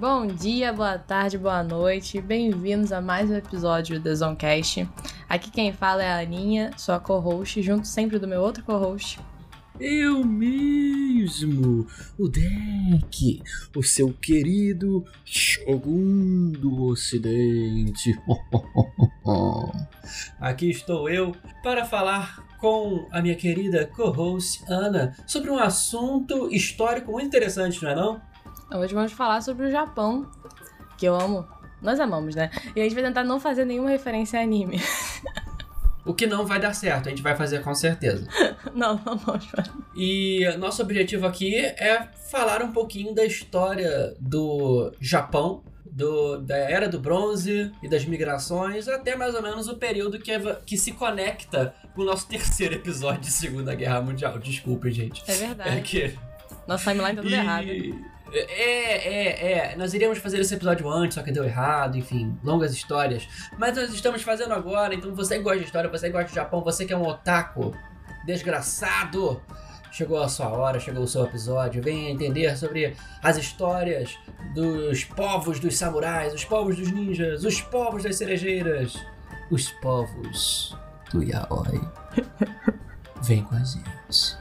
Bom dia, boa tarde, boa noite, bem-vindos a mais um episódio do The Zonecast. Aqui quem fala é a Aninha, sua co-host, junto sempre do meu outro co-host. Eu mesmo, o Deck, o seu querido Shogun do Ocidente. Aqui estou eu para falar com a minha querida co-host Ana sobre um assunto histórico muito interessante, não é não? Hoje vamos falar sobre o Japão, que eu amo. Nós amamos, né? E a gente vai tentar não fazer nenhuma referência a anime. O que não vai dar certo, a gente vai fazer com certeza. Não vamos fazer. E nosso objetivo aqui é falar um pouquinho da história do Japão, da Era do Bronze e das migrações, até mais ou menos o período que se conecta com o nosso terceiro episódio de Segunda Guerra Mundial. Desculpem, gente. É verdade. É que... Nossa timeline tá tudo errado. Nós iríamos fazer esse episódio antes, só que deu errado, enfim, longas histórias. Mas nós estamos fazendo agora, então você que gosta de história, você que gosta de Japão, você que é um otaku desgraçado, chegou a sua hora, chegou o seu episódio. Venha entender sobre as histórias dos povos dos samurais, os povos dos ninjas, os povos das cerejeiras, os povos do yaoi. Vem com a gente.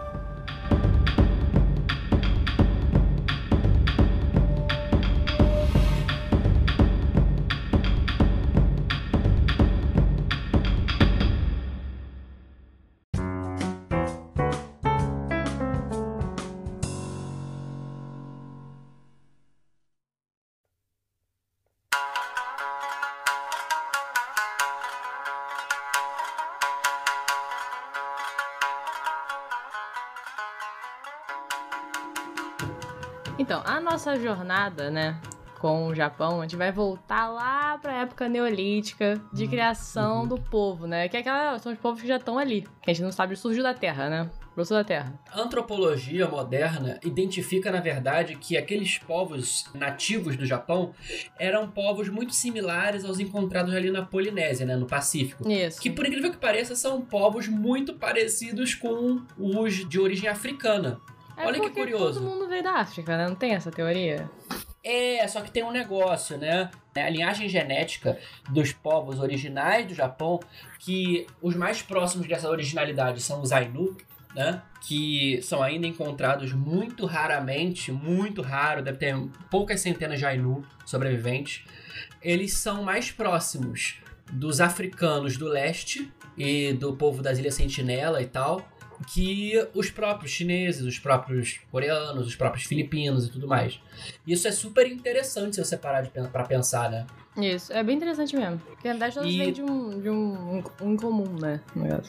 Então, a nossa jornada, né, com o Japão, a gente vai voltar lá pra época neolítica de criação do povo, né? Que são os povos que já estão ali. Que a gente não sabe, surgiu da Terra, né? Brotou da Terra. A antropologia moderna identifica, na verdade, que aqueles povos nativos do Japão eram povos muito similares aos encontrados ali na Polinésia, né, no Pacífico. Isso. Que, por incrível que pareça, são povos muito parecidos com os de origem africana. Olha que curioso. Todo mundo veio da África, né? Não tem essa teoria? Só que tem um negócio, né? A linhagem genética dos povos originais do Japão, que os mais próximos dessa originalidade são os Ainu, né? Que são ainda encontrados muito raramente, muito raro, deve ter poucas centenas de Ainu sobreviventes. Eles são mais próximos dos africanos do leste e do povo das Ilhas Sentinela e tal, que os próprios chineses, os próprios coreanos, os próprios filipinos e tudo mais. Isso é super interessante se você parar pra pensar, né? Isso, é bem interessante mesmo. Porque na verdade todos vêm de um incomum, né? No caso.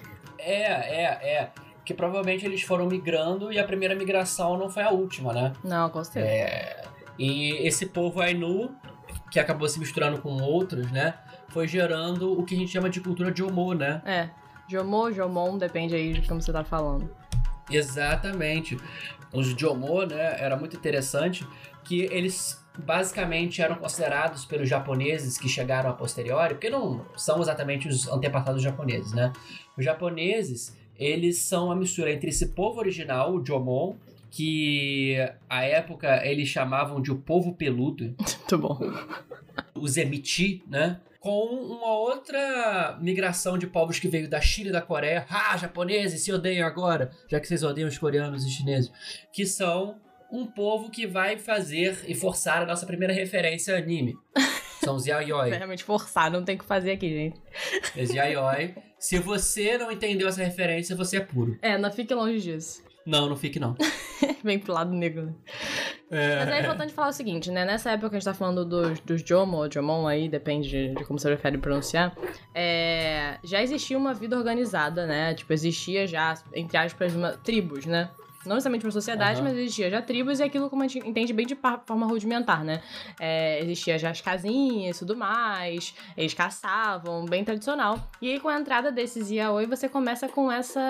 Que provavelmente eles foram migrando e a primeira migração não foi a última, né? Não, com certeza. E esse povo Ainu, que acabou se misturando com outros, né? Foi gerando o que a gente chama de cultura Jomon, né? Jomon, depende aí de como você tá falando. Exatamente. Os Jomon, né, era muito interessante que eles basicamente eram considerados pelos japoneses que chegaram a posteriori, porque não são exatamente os antepassados japoneses, né? Os japoneses, eles são a mistura entre esse povo original, o Jomon, que à época eles chamavam de o povo peludo. Muito bom. Os Emichi, né? Com uma outra migração de povos que veio da China e da Coreia. Japoneses se odeiam agora, já que vocês odeiam os coreanos e chineses. Que são um povo que vai fazer e forçar a nossa primeira referência a anime. São os Yayoi. Realmente forçar, não tem o que fazer aqui, gente. Os Yayoi. Se você não entendeu essa referência, você é puro. Não fique longe disso. Não fique não. Vem pro lado negro, né? Mas é importante falar o seguinte, né? Nessa época que a gente tá falando dos Jomon aí, depende de como você prefere pronunciar, já existia uma vida organizada, né? Tipo, existia já, entre aspas, tribos, né? Não necessariamente uma sociedade, mas existia já tribos e aquilo como a gente entende bem de forma rudimentar, né? Existia já as casinhas e tudo mais, eles caçavam, bem tradicional. E aí com a entrada desses yaoi, você começa com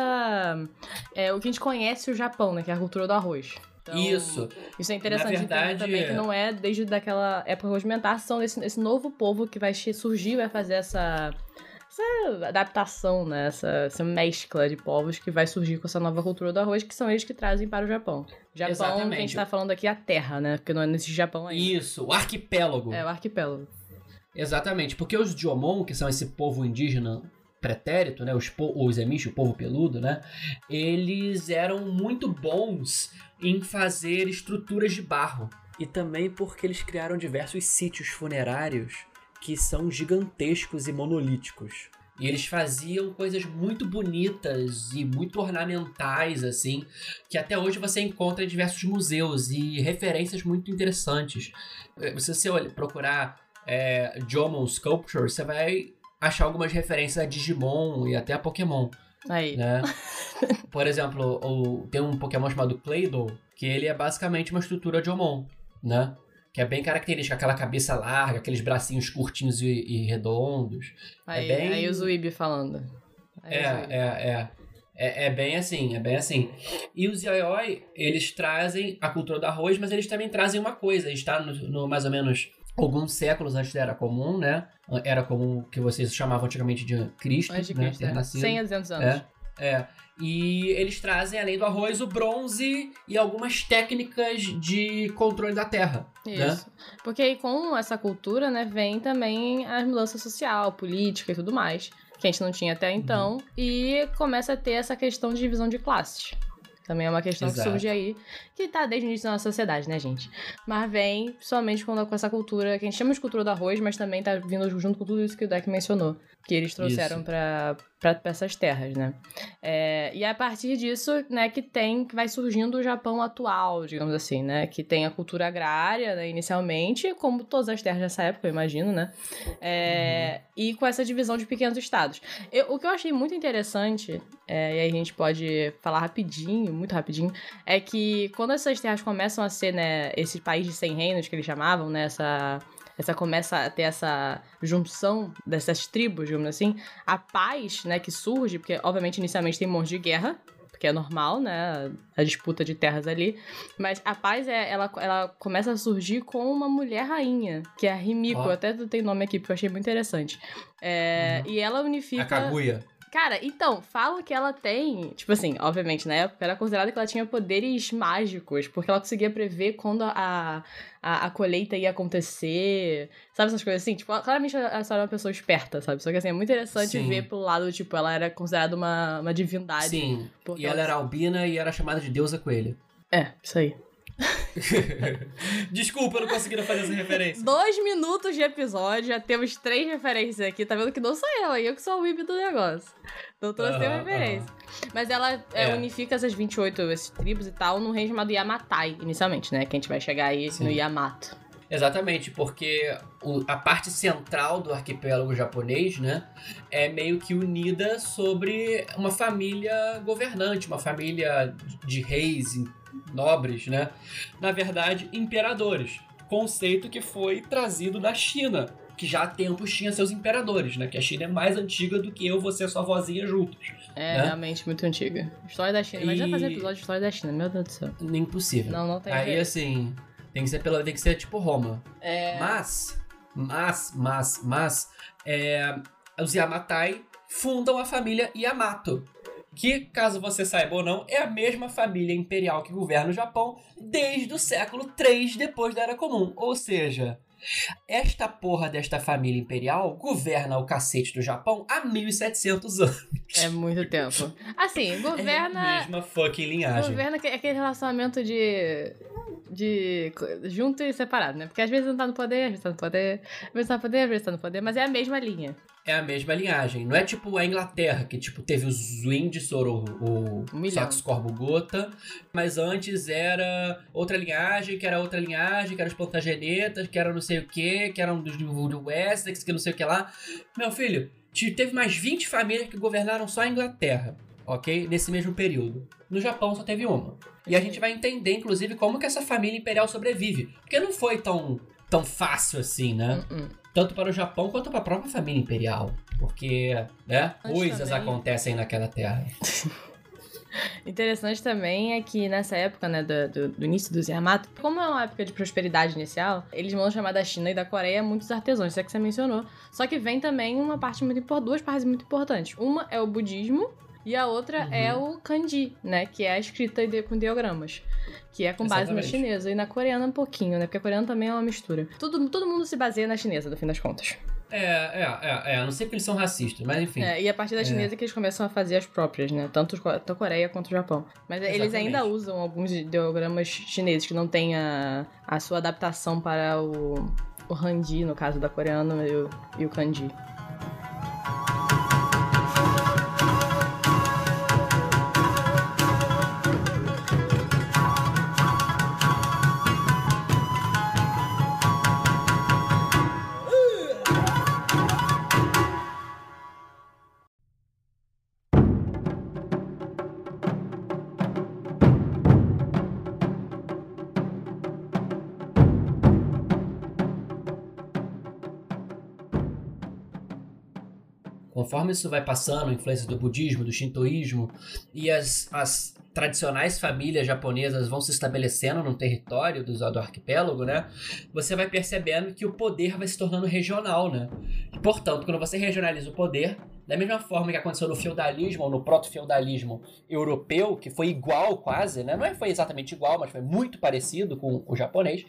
o que a gente conhece o Japão, né? Que é a cultura do arroz. Então, isso é interessante entender também, que não é desde daquela época rudimentar, são esse novo povo que vai surgir, vai fazer essa adaptação, né? Essa mescla de povos que vai surgir com essa nova cultura do arroz, que são eles que trazem para o Japão. Japão, Exatamente. a gente tá falando aqui a terra, né? Porque não é nesse Japão ainda. Isso, o arquipélago. É, o arquipélago. Exatamente, porque os Jomon, que são esse povo indígena pretérito, né, os Emish, o povo peludo, né, eles eram muito bons em fazer estruturas de barro. E também porque eles criaram diversos sítios funerários que são gigantescos e monolíticos. E eles faziam coisas muito bonitas e muito ornamentais, assim, que até hoje você encontra em diversos museus e referências muito interessantes. Se você procurar Jomon Sculpture, você vai achar algumas referências a Digimon e até a Pokémon. Aí. Né? Por exemplo, tem um Pokémon chamado Claydol, que ele é basicamente uma estrutura Jomon, né? Que é bem característica, aquela cabeça larga, aqueles bracinhos curtinhos e redondos. Aí o Zuibi falando. É bem assim, é bem assim. E os Yayoi, eles trazem a cultura do arroz, mas eles também trazem uma coisa. Está no mais ou menos alguns séculos antes da Era Comum, né? Era Comum que vocês chamavam antigamente de Cristo, antes de né? Cristo, 100 a 200 anos. E eles trazem, além do arroz, o bronze e algumas técnicas de controle da terra. Isso. Né? Porque aí com essa cultura, né, vem também a mudança social, política e tudo mais, que a gente não tinha até então, e começa a ter essa questão de divisão de classes. Também é uma questão que surge aí, que tá desde o início da nossa sociedade, né, gente? Mas vem somente com essa cultura, que a gente chama de cultura do arroz, mas também tá vindo junto com tudo isso que o Deck mencionou, que eles trouxeram pra essas terras, né? E a partir disso, né, que vai surgindo o Japão atual, digamos assim, né? Que tem a cultura agrária, né, inicialmente, como todas as terras nessa época, eu imagino, né? E com essa divisão de pequenos estados. O que eu achei muito interessante, e aí a gente pode falar rapidinho, muito rapidinho, é que quando essas terras começam a ser, né, esse país de 100 reinos que eles chamavam, né, começa a ter essa junção dessas tribos, digamos assim, a paz, né, que surge, porque obviamente inicialmente tem um monte de guerra, porque é normal, né, a disputa de terras ali, mas a paz, ela começa a surgir com uma mulher rainha, que é a Himiko, até tem nome aqui, porque eu achei muito interessante, e ela unifica... A Kaguya. Cara, então, falam que ela tem... Tipo assim, obviamente, na época era considerado que ela tinha poderes mágicos, porque ela conseguia prever quando a colheita ia acontecer, sabe essas coisas assim? Tipo, claramente ela era uma pessoa esperta, sabe? Só que assim, é muito interessante ver pelo lado, tipo, ela era considerada uma divindade. Sim, e ela era albina e era chamada de deusa coelho. Isso aí. Desculpa, eu não consegui fazer essa referência. 2 minutos de episódio, já temos 3 referências aqui. Tá vendo que não sou eu que sou o whip do negócio. Então trouxe uma referência. Mas ela unifica essas 28 tribos e tal num reino chamado Yamatai, inicialmente, né? Que a gente vai chegar aí no Yamato. Exatamente, porque a parte central do arquipélago japonês, né, é meio que unida sobre uma família governante, uma família de reis nobres, né? Na verdade, imperadores. Conceito que foi trazido da China, que já há tempos tinha seus imperadores, né? Que a China é mais antiga do que eu, você e sua vozinha juntos. Né? Realmente muito antiga. História da China. Mas já fazer episódio de história da China, meu Deus do céu. Impossível. Não tem Aí, assim, tem que ser tipo Roma. Mas, os Yamatai fundam a família Yamato. Que, caso você saiba ou não, é a mesma família imperial que governa o Japão desde o século III depois da Era Comum. Ou seja, esta porra desta família imperial governa o cacete do Japão há 1700 anos. É muito tempo. Assim, governa... É a mesma fucking linhagem. Governa aquele relacionamento de junto e separado, né? Porque às vezes não tá no poder, às vezes tá no poder, às vezes tá no poder, às vezes tá no poder, mas é a mesma linha. É a mesma linhagem. Não é tipo a Inglaterra, que tipo teve os Windsor, o Saxe-Corbogota, mas antes era outra linhagem, que era outra linhagem, que eram os Plantagenetas, que eram não sei o que eram do Wessex, que não sei o que lá. Meu filho, teve mais 20 famílias que governaram só a Inglaterra, ok? Nesse mesmo período. No Japão só teve uma. E a gente vai entender, inclusive, como que essa família imperial sobrevive. Porque não foi tão fácil assim, né? Tanto para o Japão quanto para a própria família imperial. Porque, né, coisas acontecem naquela terra. Interessante também é que nessa época, né, do início dos Yamato, como é uma época de prosperidade inicial, eles vão chamar da China e da Coreia muitos artesãos, isso é que você mencionou. Só que vem também uma parte muito importante, duas partes muito importantes. Uma é o budismo e a outra é o kanji, né, que é a escrita com ideogramas. Que é com base na chinesa e na coreana um pouquinho, né, porque a coreana também é uma mistura. Todo mundo se baseia na chinesa, no fim das contas. A não ser que eles são racistas, mas enfim. E a partir da chinesa que eles começam a fazer as próprias, né? Tanto a Coreia quanto o Japão. Mas eles ainda usam alguns ideogramas chineses que não têm a sua adaptação para o Hanji, no caso da coreana, e o kanji. Conforme isso vai passando, a influência do budismo, do shintoísmo, e as tradicionais famílias japonesas vão se estabelecendo no território do arquipélago, né? Você vai percebendo que o poder vai se tornando regional, né? E, portanto, quando você regionaliza o poder, da mesma forma que aconteceu no feudalismo ou no proto-feudalismo europeu, que foi igual quase, né? Não foi exatamente igual, mas foi muito parecido com o japonês,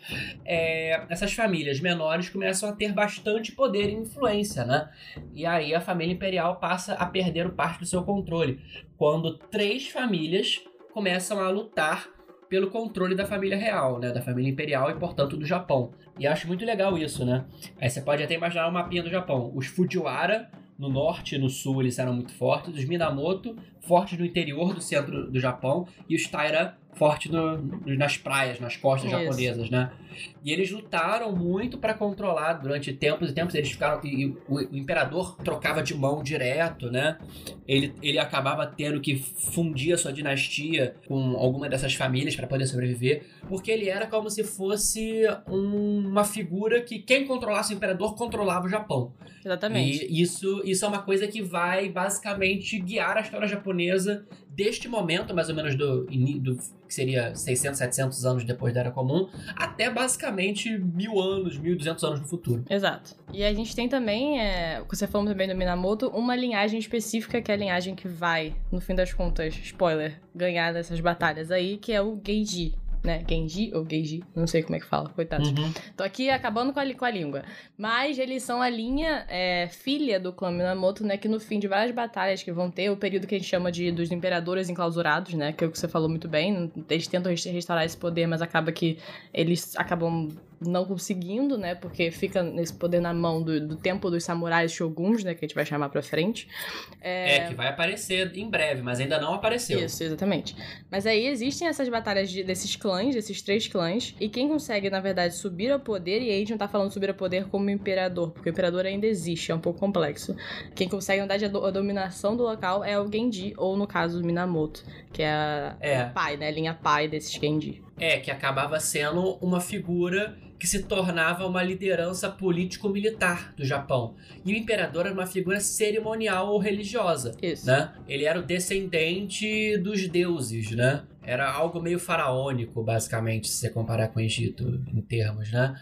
essas famílias menores começam a ter bastante poder e influência, né? E aí a família imperial passa a perder parte do seu controle, quando 3 famílias começam a lutar pelo controle da família real, né? Da família imperial e, portanto, do Japão. E acho muito legal isso, né? Aí você pode até imaginar o mapinha do Japão. Os Fujiwara, no norte e no sul, eles eram muito fortes. Os Minamoto, fortes no interior do centro do Japão. E os Taira, fortes nas praias, nas costas japonesas, né? E eles lutaram muito para controlar durante tempos e tempos. Eles ficaram... E o imperador trocava de mão direto, né? Ele acabava tendo que fundir a sua dinastia com alguma dessas famílias para poder sobreviver, porque ele era como se fosse uma figura que quem controlasse o imperador controlava o Japão. Exatamente. E isso é uma coisa que vai basicamente guiar a história japonesa deste momento, mais ou menos do que seria 600, 700 anos depois da Era Comum, até basicamente 1000 anos, 1200 anos no futuro. Exato. E a gente tem também, você falou também do Minamoto, uma linhagem específica, que é a linhagem que vai, no fim das contas, spoiler, ganhar dessas batalhas aí, que é o Geiji. Né? Genji ou Geiji, não sei como é que fala, coitados. Tô aqui acabando com a língua. Mas eles são a linha filha do clã Minamoto, né? Que no fim de várias batalhas que vão ter, o período que a gente chama dos imperadores enclausurados, né? Que é o que você falou muito bem. Eles tentam restaurar esse poder, mas acaba que eles acabam não conseguindo, né? Porque fica nesse poder na mão do tempo dos samurais shoguns, né? Que a gente vai chamar pra frente. Que vai aparecer em breve, mas ainda não apareceu. Isso, exatamente. Mas aí existem essas batalhas desses clãs, desses 3 clãs, e quem consegue, na verdade, subir ao poder, e aí a gente não tá falando subir ao poder como imperador, porque o imperador ainda existe, é um pouco complexo. Quem consegue, na verdade, a dominação do local é o Genji, ou no caso, o Minamoto, que é o pai, né? A linha pai desses Genji. Que acabava sendo uma figura que se tornava uma liderança político-militar do Japão. E o imperador era uma figura cerimonial ou religiosa. Isso. Né? Ele era o descendente dos deuses, né? Era algo meio faraônico, basicamente, se você comparar com o Egito, em termos, né?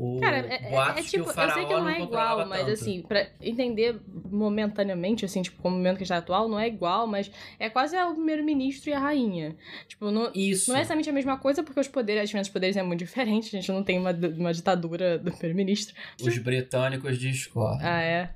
Tipo, eu sei que não é igual, mas assim, pra entender momentaneamente, assim, tipo, como o momento que está atual, não é igual, mas é quase o primeiro-ministro e a rainha. Tipo, não é exatamente a mesma coisa, porque os diferentes poderes é muito diferente, a gente não tem uma ditadura do primeiro-ministro. Os britânicos discordam. Ah, é?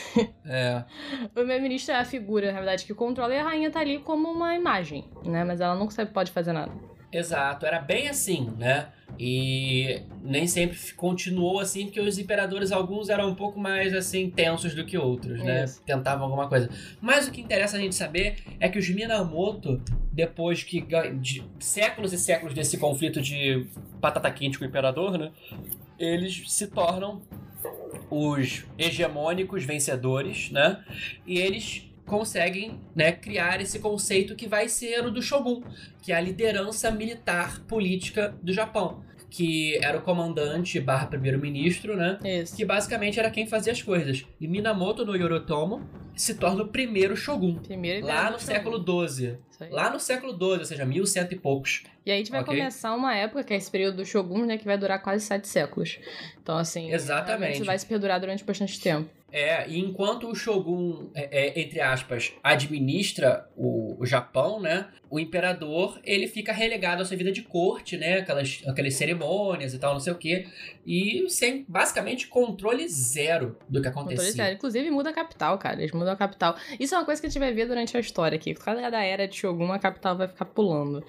O primeiro-ministro é a figura, na verdade, que controla, e a rainha tá ali como uma imagem, né? Mas ela não pode fazer nada. Exato, era bem assim, né? E nem sempre continuou assim, porque os imperadores, alguns eram um pouco mais, assim, tensos do que outros, né? Tentavam alguma coisa. Mas o que interessa a gente saber é que os Minamoto, depois de séculos e séculos desse conflito de batata quente com o imperador, né? Eles se tornam os hegemônicos vencedores, né? E eles conseguem, né, criar esse conceito que vai ser o do Shogun, que é a liderança militar política do Japão. que era o comandante / primeiro-ministro, né? Isso. Que basicamente era quem fazia as coisas. E Minamoto no Yoritomo se torna o primeiro shogun. Lá no século XII. Lá no século XII, ou seja, 1100 e poucos. E aí a gente vai começar uma época, que é esse período do Shogun, né? Que vai durar quase 7 séculos. Então, assim... Exatamente. Vai se perdurar durante bastante tempo. E enquanto o Shogun, entre aspas, administra o Japão, né? O imperador, ele fica relegado à sua vida de corte, né? Aquelas cerimônias e tal, não sei o quê. E sem, basicamente, controle zero do que acontecia. Controle zero. Inclusive, muda a capital, cara. Eles mudam a capital. Isso é uma coisa que a gente vai ver durante a história aqui. Cada era de Shogun, a capital vai ficar pulando.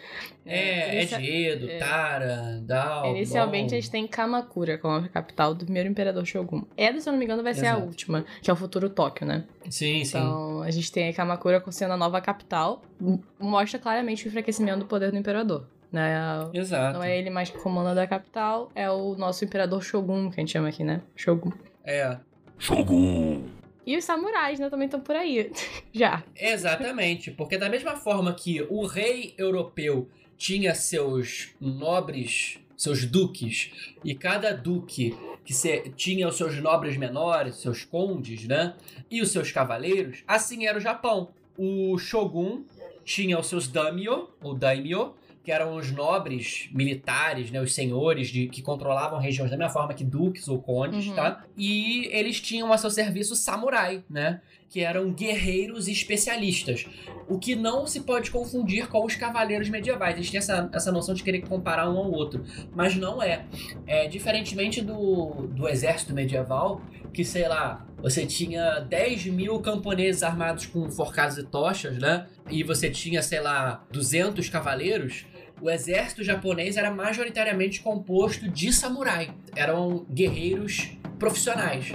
Edo, Tara, Dao... Inicialmente, a gente tem Kamakura como a capital do primeiro imperador Shogun. Edo, se eu não me engano, vai ser a última, que é o futuro Tóquio, né? Sim. Então, a gente tem a Kamakura sendo a nova capital. Mostra claramente o enfraquecimento do poder do imperador. Né? Exato. Não é ele mais que comanda da capital, é o nosso imperador Shogun, que a gente chama aqui, né? Shogun. Shogun! E os samurais, né, também estão por aí, já. Exatamente, porque da mesma forma que o rei europeu tinha seus nobres, seus duques, e cada duque tinha os seus nobres menores, seus condes, né, e os seus cavaleiros, assim era o Japão. O Shogun tinha os seus daimyo, ou daimyo, que eram os nobres militares, né, os senhores que controlavam regiões da mesma forma que duques ou condes, tá? E eles tinham a seu serviço samurai, né, que eram guerreiros especialistas, o que não se pode confundir com os cavaleiros medievais. Eles têm essa noção de querer comparar um ao outro, mas não é. Diferentemente do exército medieval, que, sei lá, você tinha 10 mil camponeses armados com forcados e tochas, né, e você tinha, sei lá, 200 cavaleiros. O exército japonês era majoritariamente composto de samurai. Eram guerreiros profissionais.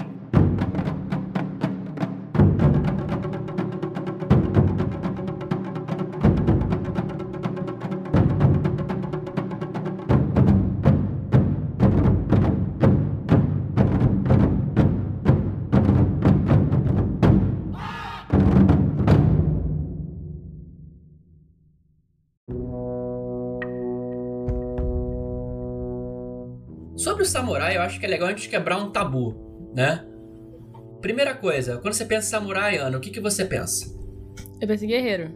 Sobre o samurai, eu acho que é legal a gente quebrar um tabu, né? Primeira coisa, quando você pensa em samurai, Ana, o que você pensa? Eu penso em guerreiro.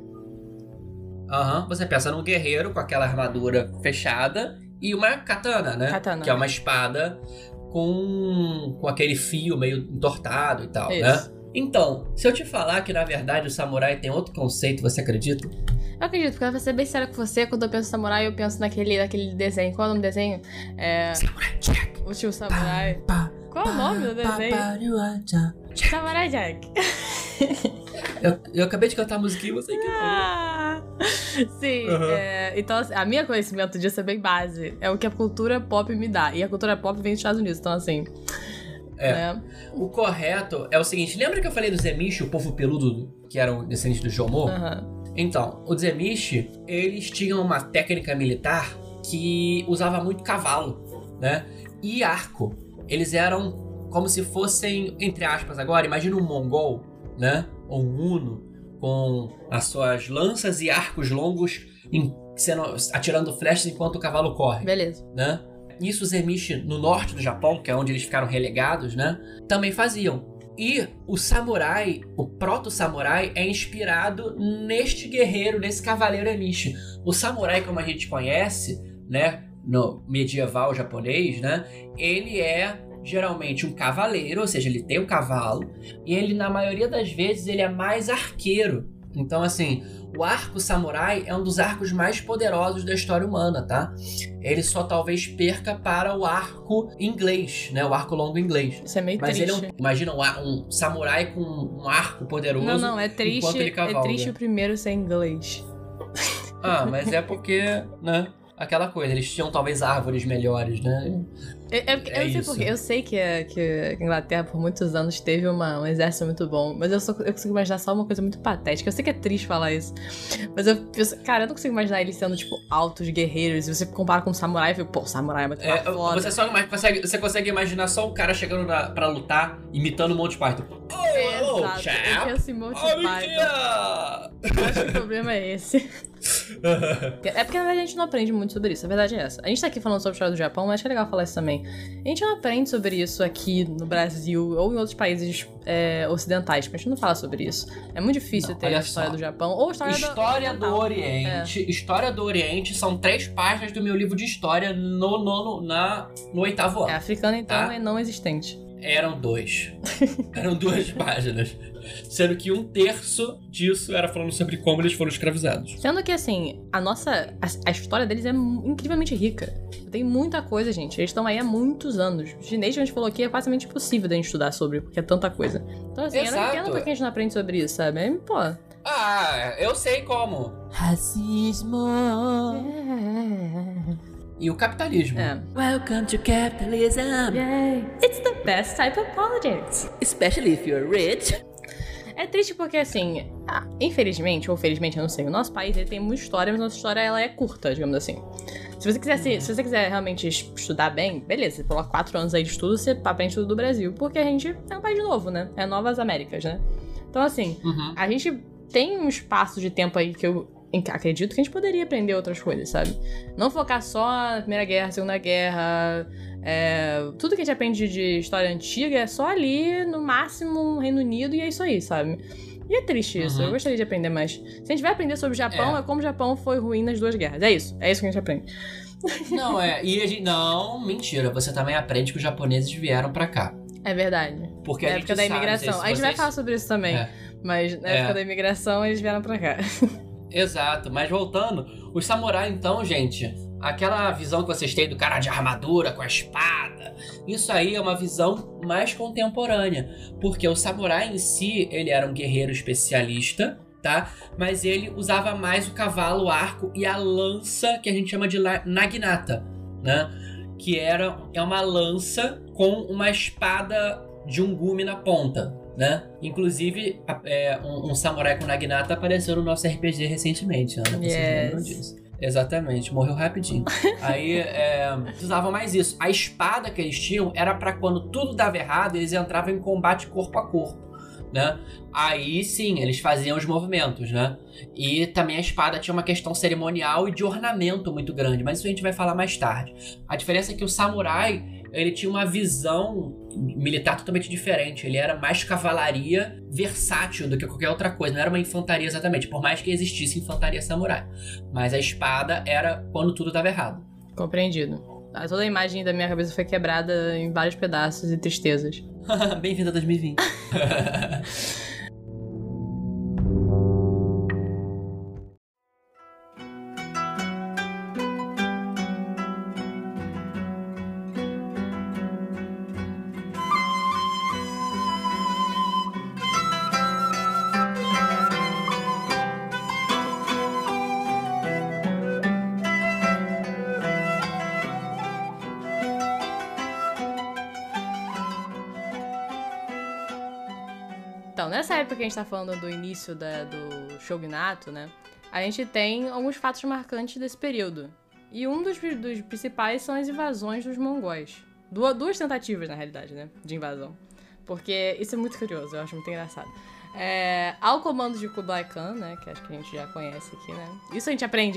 Você pensa num guerreiro com aquela armadura fechada e uma katana, né? Katana. Que é uma espada com aquele fio meio entortado e tal, Isso. né? Então, se eu te falar que na verdade o samurai tem outro conceito, você acredita? Eu acredito, porque eu vou ser bem séria com você. Quando eu penso em samurai, eu penso naquele desenho. Qual é o nome do desenho? Samurai Jack. O tio Samurai. Qual é o nome do desenho? Samurai Jack. Eu acabei de cantar a musiquinha e você ignorou. Sim, então assim, a minha conhecimento disso é bem base. É o que a cultura pop me dá. E a cultura pop vem dos Estados Unidos, então assim... O correto é o seguinte, lembra que eu falei dos Emishi, o povo peludo que eram descendentes do Jomon? Então, os Emishi, eles tinham uma técnica militar que usava muito cavalo, né? E arco. Eles eram como se fossem, entre aspas agora, imagina um mongol, né? Ou um huno, com as suas lanças e arcos longos atirando flechas enquanto o cavalo corre. Beleza. Né? Isso os Emishi no norte do Japão, que é onde eles ficaram relegados, né? Também faziam. E o samurai, o proto-samurai, é inspirado neste guerreiro, nesse cavaleiro Emishi. O samurai, como a gente conhece, né, no medieval japonês, né, ele é geralmente um cavaleiro, ou seja, ele tem um cavalo, e ele, na maioria das vezes, ele é mais arqueiro. Então, assim, o arco samurai é um dos arcos mais poderosos da história humana, tá? Ele só talvez perca para o arco inglês, né? O arco longo inglês. Isso é meio Mas triste. ele imagina um samurai com um arco poderoso. Não, é triste. Enquanto ele cavalga. É triste o primeiro ser inglês. Mas é porque, né? Aquela coisa, eles tinham talvez árvores melhores, né? Eu não sei porquê. Eu sei que a Inglaterra por muitos anos teve um exército muito bom, mas eu consigo imaginar só uma coisa muito patética. Eu sei que é triste falar isso, mas eu não consigo imaginar eles sendo, tipo, altos guerreiros. E você compara com um samurai e fica, pô, samurai é muito foda. Você consegue imaginar só um cara chegando pra lutar, imitando o Monty Python. Exato, eu penso em Monty Python. Eu acho que o problema é esse. É porque, na verdade, a gente não aprende muito sobre isso. A verdade é essa. A gente tá aqui falando sobre a história do Japão, mas acho que é legal falar isso também. A gente não aprende sobre isso aqui no Brasil ou em outros países ocidentais, porque a gente não fala sobre isso. É muito difícil ter a história do Japão ou a história do Oriente. História do Oriente são 3 páginas do meu livro de história no 8º ano. Africano, então, tá? é não existente. Eram 2. Eram 2 páginas. Sendo que 1/3 disso era falando sobre como eles foram escravizados. Sendo que, assim, a história deles é incrivelmente rica. Tem muita coisa, gente. Eles estão aí há muitos anos. O chinês que a gente falou aqui é quase impossível da gente estudar sobre, porque é tanta coisa. Então, assim, eu não entendo por que a gente não aprende sobre isso, sabe? Pô. Ah, eu sei como. Racismo. E o capitalismo. Welcome to capitalism. Yay. It's the best type of politics. Especially if you're rich. É triste porque, assim, infelizmente, ou felizmente, eu não sei, o nosso país ele tem muita história, mas a nossa história ela é curta, digamos assim. Se você quiser realmente estudar bem, beleza, você coloca 4 anos aí de estudo, você aprende tudo do Brasil, porque a gente é um país novo, né? É Novas Américas, né? Então, assim, a gente tem um espaço de tempo aí que eu acredito que a gente poderia aprender outras coisas, sabe? Não focar só na Primeira Guerra, Segunda Guerra. Tudo que a gente aprende de história antiga é só ali, no máximo, no Reino Unido, e é isso aí, sabe? E é triste isso, eu gostaria de aprender mais. Se a gente vai aprender sobre o Japão, é como o Japão foi ruim nas 2 guerras. É isso que a gente aprende. Não, mentira, você também aprende que os japoneses vieram pra cá. É verdade. Porque a época da imigração. A gente vai falar sobre isso também. Mas na época da imigração, eles vieram pra cá. Exato, mas voltando, os samurais então, gente, aquela visão que vocês têm do cara de armadura com a espada, isso aí é uma visão mais contemporânea, porque o samurai em si, ele era um guerreiro especialista, tá? Mas ele usava mais o cavalo, o arco e a lança, que a gente chama de naginata, né? Que é uma lança com uma espada de um gume na ponta, né? Inclusive, um samurai com naginata apareceu no nosso RPG recentemente, Ana. Vocês lembram disso? Exatamente, morreu rapidinho. Aí, usavam mais isso. A espada que eles tinham era pra quando tudo dava errado, eles entravam em combate corpo a corpo, né? Aí sim, eles faziam os movimentos, né? E também a espada tinha uma questão cerimonial e de ornamento muito grande, mas isso a gente vai falar mais tarde. A diferença é que o samurai, ele tinha uma visão militar totalmente diferente. Ele era mais cavalaria versátil do que qualquer outra coisa. Não era uma infantaria exatamente, por mais que existisse infantaria samurai. Mas a espada era quando tudo dava errado. Compreendido. Toda a imagem da minha cabeça foi quebrada em vários pedaços e tristezas. Bem-vindo a 2020. Então, nessa época que a gente tá falando do início do shogunato, né? A gente tem alguns fatos marcantes desse período. E um dos principais são as invasões dos mongóis. Duas tentativas, na realidade, né? De invasão. Porque isso é muito curioso, eu acho muito engraçado. Ao comando de Kublai Khan, né? Que acho que a gente já conhece aqui, né? Isso a gente aprende,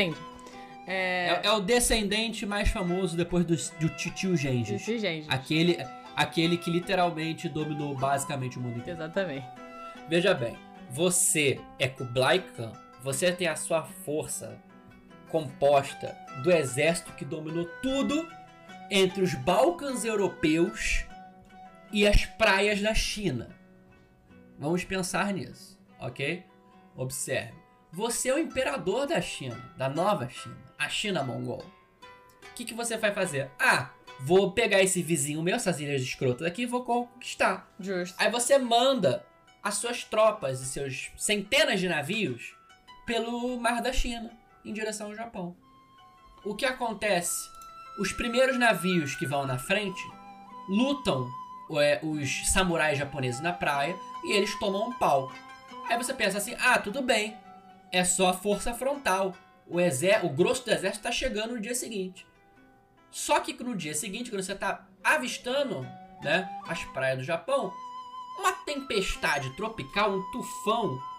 É o descendente mais famoso depois do Titio Gengis. Aquele que literalmente dominou basicamente o mundo inteiro. Exatamente. Veja bem, você é Kublai Khan, você tem a sua força composta do exército que dominou tudo entre os Balcãs europeus e as praias da China. Vamos pensar nisso, ok? Observe. Você é o imperador da China, da nova China, a China mongol. O que você vai fazer? Vou pegar esse vizinho meu, essas ilhas escrotas aqui, e vou conquistar. Justo. Aí você manda as suas tropas e seus centenas de navios pelo Mar da China, em direção ao Japão. O que acontece? Os primeiros navios que vão na frente lutam os samurais japoneses na praia e eles tomam um pau. Aí você pensa assim, tudo bem, é só a força frontal. O grosso do exército está chegando no dia seguinte. Só que no dia seguinte, quando você está avistando, né, as praias do Japão, uma tempestade tropical, um tufão,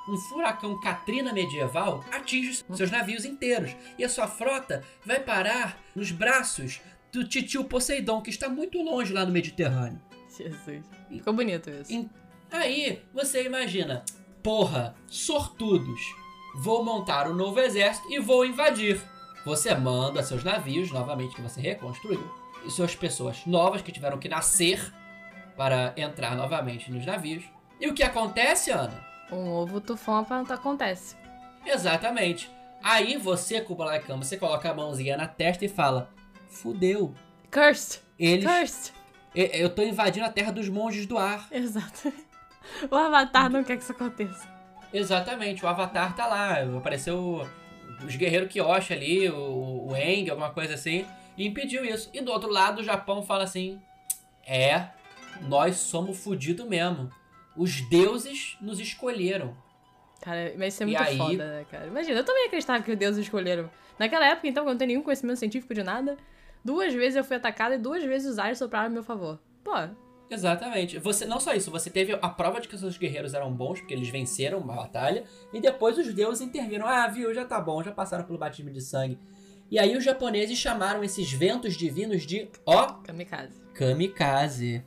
um furacão Katrina medieval atinge seus navios inteiros e a sua frota vai parar nos braços do titio Poseidon, que está muito longe lá no Mediterrâneo. Jesus. Ficou bonito isso. Aí você imagina, porra, sortudos, vou montar um novo exército e vou invadir. Você manda seus navios, novamente, que você reconstruiu, e suas pessoas novas que tiveram que nascer para entrar novamente nos navios. E o que acontece, Ana? Um ovo tufão acontece. Exatamente. Aí você, Kublai Khan, você coloca a mãozinha na testa e fala, fudeu. Cursed. Eles... Cursed. Eu tô invadindo a terra dos monges do ar. Exato. O Avatar não quer que isso aconteça. Exatamente, o Avatar tá lá. Apareceu os guerreiros Kyoshi ali, o Aang, alguma coisa assim, e impediu isso. E do outro lado, o Japão fala assim, nós somos fudidos mesmo. Os deuses nos escolheram. Cara, mas isso é muito foda, né, cara? Imagina, eu também acreditava que os deuses escolheram. Naquela época, então, quando eu não tenho nenhum conhecimento científico de nada, 2 vezes eu fui atacada e 2 vezes os ares sopraram a meu favor. Pô. Exatamente. Você, não só isso, você teve a prova de que os seus guerreiros eram bons, porque eles venceram uma batalha, e depois os deuses interviram. Ah, viu, já tá bom, já passaram pelo batismo de sangue. E aí os japoneses chamaram esses ventos divinos de, Kamikaze.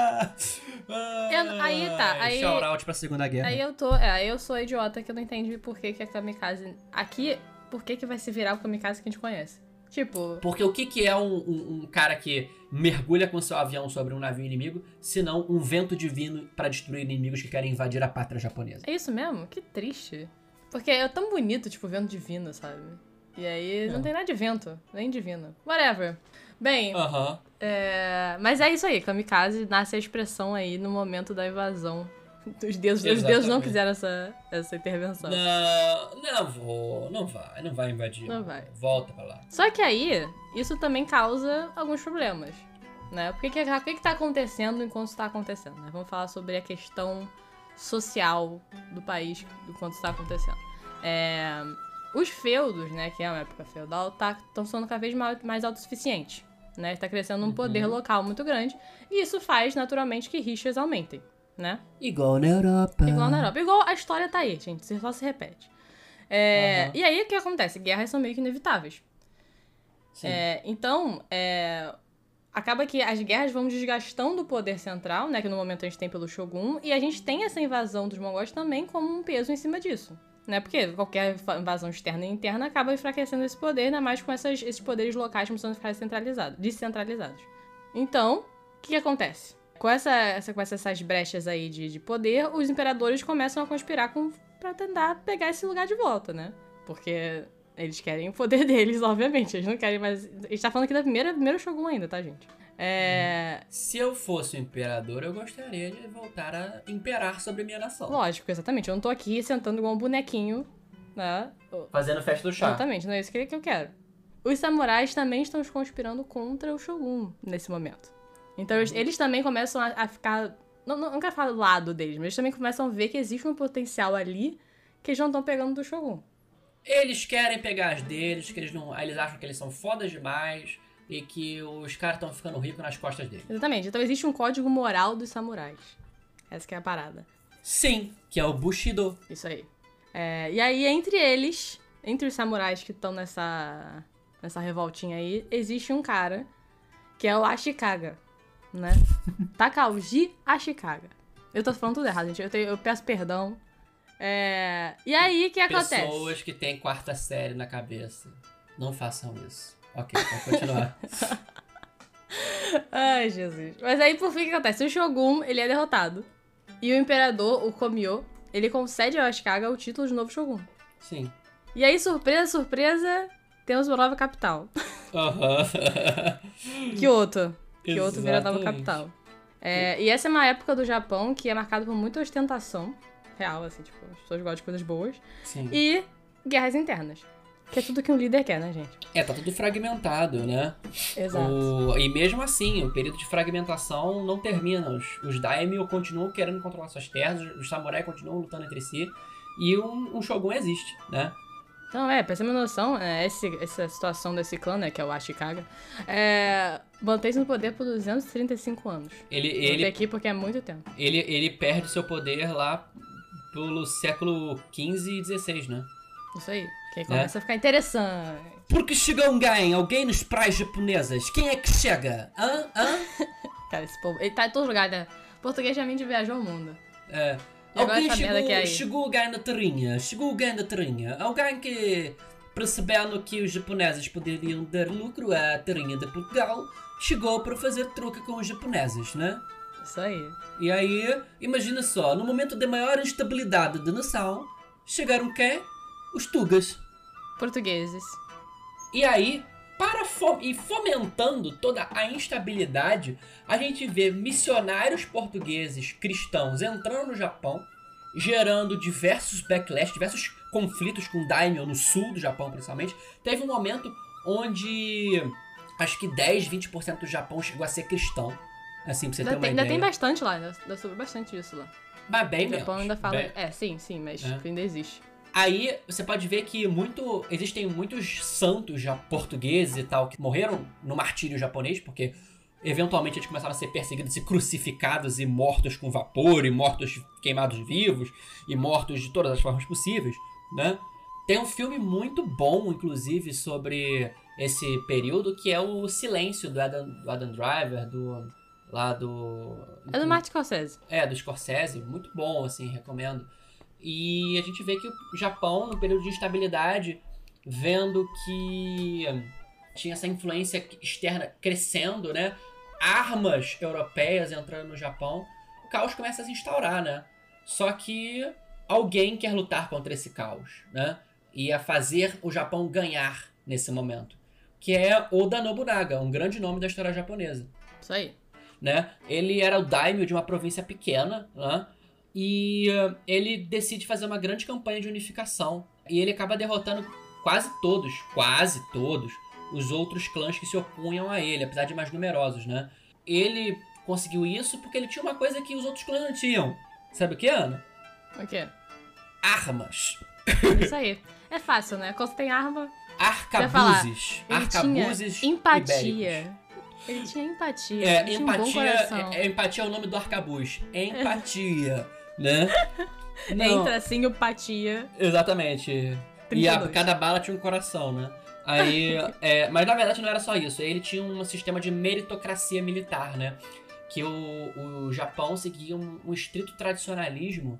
Aí tá. Aí, shout out pra Segunda Guerra. Aí eu sou idiota que eu não entendi por que é Kamikaze. Aqui, por que vai se virar o Kamikaze que a gente conhece? Tipo... Porque o que é um cara que mergulha com seu avião sobre um navio inimigo, senão um vento divino pra destruir inimigos que querem invadir a pátria japonesa? É isso mesmo? Que triste. Porque é tão bonito, tipo, vento divino, sabe? E aí não tem nada de vento, nem divino. Whatever. Bem, mas é isso aí, Kamikaze nasce a expressão aí no momento da invasão. Os deuses não quiseram essa intervenção. Não vai invadir. Não vai. Volta pra lá. Só que aí, isso também causa alguns problemas, né? O que tá acontecendo enquanto isso tá acontecendo, né? Vamos falar sobre a questão social do país enquanto isso tá acontecendo. Os feudos, né, que é uma época feudal, estão sendo cada vez mais autossuficientes, né? Está crescendo um poder local muito grande, e isso faz, naturalmente, que rixas aumentem, né? Igual na Europa. Igual a história tá aí, gente, só se repete. E aí, o que acontece? Guerras são meio que inevitáveis. Sim. Então, acaba que as guerras vão desgastando o poder central, né, que no momento a gente tem pelo Shogun, e a gente tem essa invasão dos mongóis também como um peso em cima disso. Né? Porque qualquer invasão externa e interna acaba enfraquecendo esse poder, ainda mais com esses poderes locais começando a ficar descentralizados. Então, o que acontece? Com essas brechas aí de poder, os imperadores começam a conspirar pra tentar pegar esse lugar de volta, né? Porque eles querem o poder deles, obviamente. Eles não querem mais... A gente tá falando aqui da primeira Shogun ainda, tá, gente? Se eu fosse o imperador, eu gostaria de voltar a imperar sobre a minha nação. Lógico, exatamente. Eu não tô aqui sentando igual um bonequinho, né? Fazendo festa do chá. Exatamente, não é isso que eu quero. Os samurais também estão conspirando contra o Shogun nesse momento. Então eles também começam a ficar... Não quero falar do lado deles, mas eles também começam a ver que existe um potencial ali que eles não estão pegando do Shogun. Eles querem pegar as deles, que eles acham que eles são fodas demais... E que os caras estão ficando ricos nas costas deles. Exatamente. Então existe um código moral dos samurais. Essa que é a parada. Sim, que é o Bushido. Isso aí. E aí, entre os samurais que estão nessa revoltinha aí, existe um cara que é o Ashikaga, né? Takauji Ashikaga. Eu tô falando tudo errado, gente. Eu peço perdão. E aí, o que acontece? Pessoas que têm 4ª série na cabeça, não façam isso. Ok, vamos continuar. Ai, Jesus. Mas aí, por fim, o que acontece? O Shogun, ele é derrotado. E o imperador, o Komyo, ele concede ao Ashikaga o título de novo Shogun. Sim. E aí, surpresa, temos uma nova capital. Kyoto. Kyoto vira nova capital. E essa é uma época do Japão que é marcada por muita ostentação real, assim, tipo, as pessoas gostam de coisas boas. Sim. E guerras internas. Que é tudo que um líder quer, né, gente? Tá tudo fragmentado, né? Exato. E mesmo assim, o período de fragmentação não termina. Os daimyo continuam querendo controlar suas terras, os samurais continuam lutando entre si, e um shogun existe, né? Então, pra você ter uma noção, essa situação desse clã, né, que é o Ashikaga, mantém-se no poder por 235 anos. Ele aqui porque é muito tempo. Ele perde seu poder lá pelo século XV e XVI, né? Isso aí. Que aí começa a ficar interessante. Porque chega alguém nas praias japonesas. Quem é que chega? Hã? Cara, esse povo... Ele tá em todo lugar, né? Português realmente viajou o mundo. É. E agora Alguém essa merda que é aí. chegou alguém na terrinha. Alguém que, percebendo que os japoneses poderiam dar lucro à terrinha de Portugal, chegou para fazer troca com os japoneses, né? Isso aí. E aí, imagina só, no momento de maior instabilidade da nação, chegaram quem? Os tugas. Portugueses. E aí, fomentando toda a instabilidade, a gente vê missionários portugueses cristãos entrando no Japão, gerando diversos backlash, diversos conflitos com daimyo no sul do Japão, principalmente. Teve um momento onde acho que 10-20% do Japão chegou a ser cristão. Assim, pra você ter uma ideia. Ainda tem bastante lá, ainda sobre bastante disso lá. Mas bem O menos. Japão ainda fala... Bem... sim, mas ainda existe. Aí você pode ver que existem muitos santos já portugueses e tal que morreram no martírio japonês, porque eventualmente eles começaram a ser perseguidos e crucificados e mortos com vapor, e mortos queimados vivos, e mortos de todas as formas possíveis, né? Tem um filme muito bom, inclusive, sobre esse período, que é o Silêncio, do Adam Driver, É do Martin Scorsese. do Scorsese, muito bom, assim, recomendo. E a gente vê que o Japão, no período de instabilidade, vendo que tinha essa influência externa crescendo, né? Armas europeias entrando no Japão, o caos começa a se instaurar, né? Só que alguém quer lutar contra esse caos, né? E a fazer o Japão ganhar nesse momento, que é Oda Nobunaga, um grande nome da história japonesa. Isso aí. Né? Ele era o daimyo de uma província pequena, né? E ele decide fazer uma grande campanha de unificação. E ele acaba derrotando quase todos os outros clãs que se opunham a ele, apesar de mais numerosos, né? Ele conseguiu isso porque ele tinha uma coisa que os outros clãs não tinham. Sabe o que, Ana? O quê? Armas. Isso aí. É fácil, né? Quando você tem arma... Arcabuzes. Arcabuzes empatia. ibéricos. Ele tinha empatia. Ele tinha um bom coração. Empatia é o nome do arcabuz. Empatia, né? Entra assim o patia. Exatamente. 32. E cada bala tinha um coração, né? Aí, mas na verdade não era só isso. Ele tinha um sistema de meritocracia militar, né? Que o Japão seguia um estrito tradicionalismo,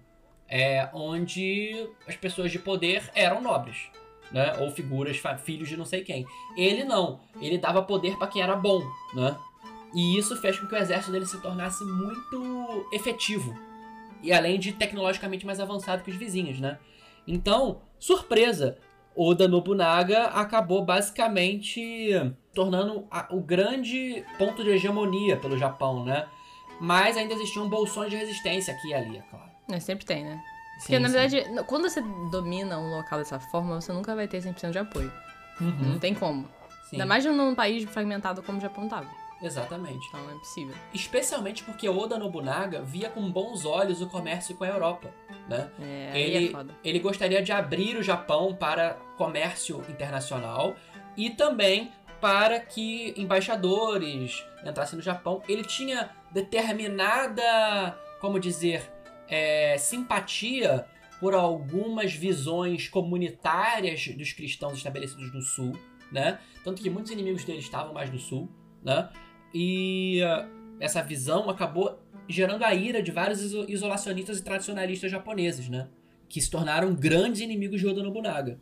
onde as pessoas de poder eram nobres, né? Ou figuras, filhos de não sei quem. Ele não. Ele dava poder pra quem era bom, né? E isso fez com que o exército dele se tornasse muito efetivo. E além de tecnologicamente mais avançado que os vizinhos, né? Então, surpresa, Oda Nobunaga acabou basicamente tornando o grande ponto de hegemonia pelo Japão, né? Mas ainda existiam bolsões de resistência aqui e ali, é claro. Sempre tem, né? Sim, Porque, na sim. verdade, quando você domina um local dessa forma, você nunca vai ter 100% de apoio. Uhum. Não tem como. Sim, Ainda mais num país fragmentado como o Japão tava. exatamente. Então, é impossível. Especialmente porque Oda Nobunaga via com bons olhos o comércio com a Europa, né? Aí é foda. Ele gostaria de abrir o Japão para comércio internacional e também para que embaixadores entrassem no Japão. Ele tinha determinada, como dizer, simpatia por algumas visões comunitárias dos cristãos estabelecidos no Sul, né? Tanto que muitos inimigos dele estavam mais no Sul, né? E essa visão acabou gerando a ira de vários isolacionistas e tradicionalistas japoneses, né? Que se tornaram grandes inimigos de Oda Nobunaga.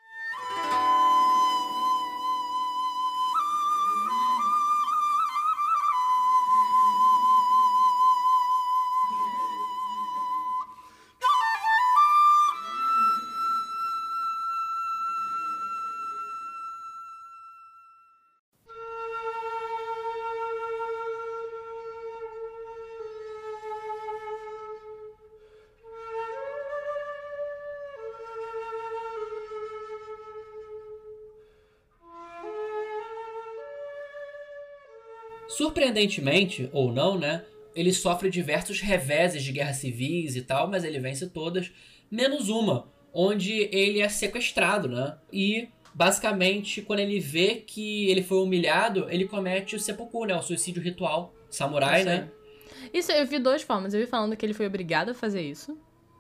Surpreendentemente, ou não, né? Ele sofre diversos reveses de guerras civis e tal, mas ele vence todas, menos uma, onde ele é sequestrado, né? E, basicamente, quando ele vê que ele foi humilhado, ele comete o seppuku, né? O suicídio ritual samurai, Isso aí. né? Isso eu vi duas formas. Eu vi falando que ele foi obrigado a fazer isso.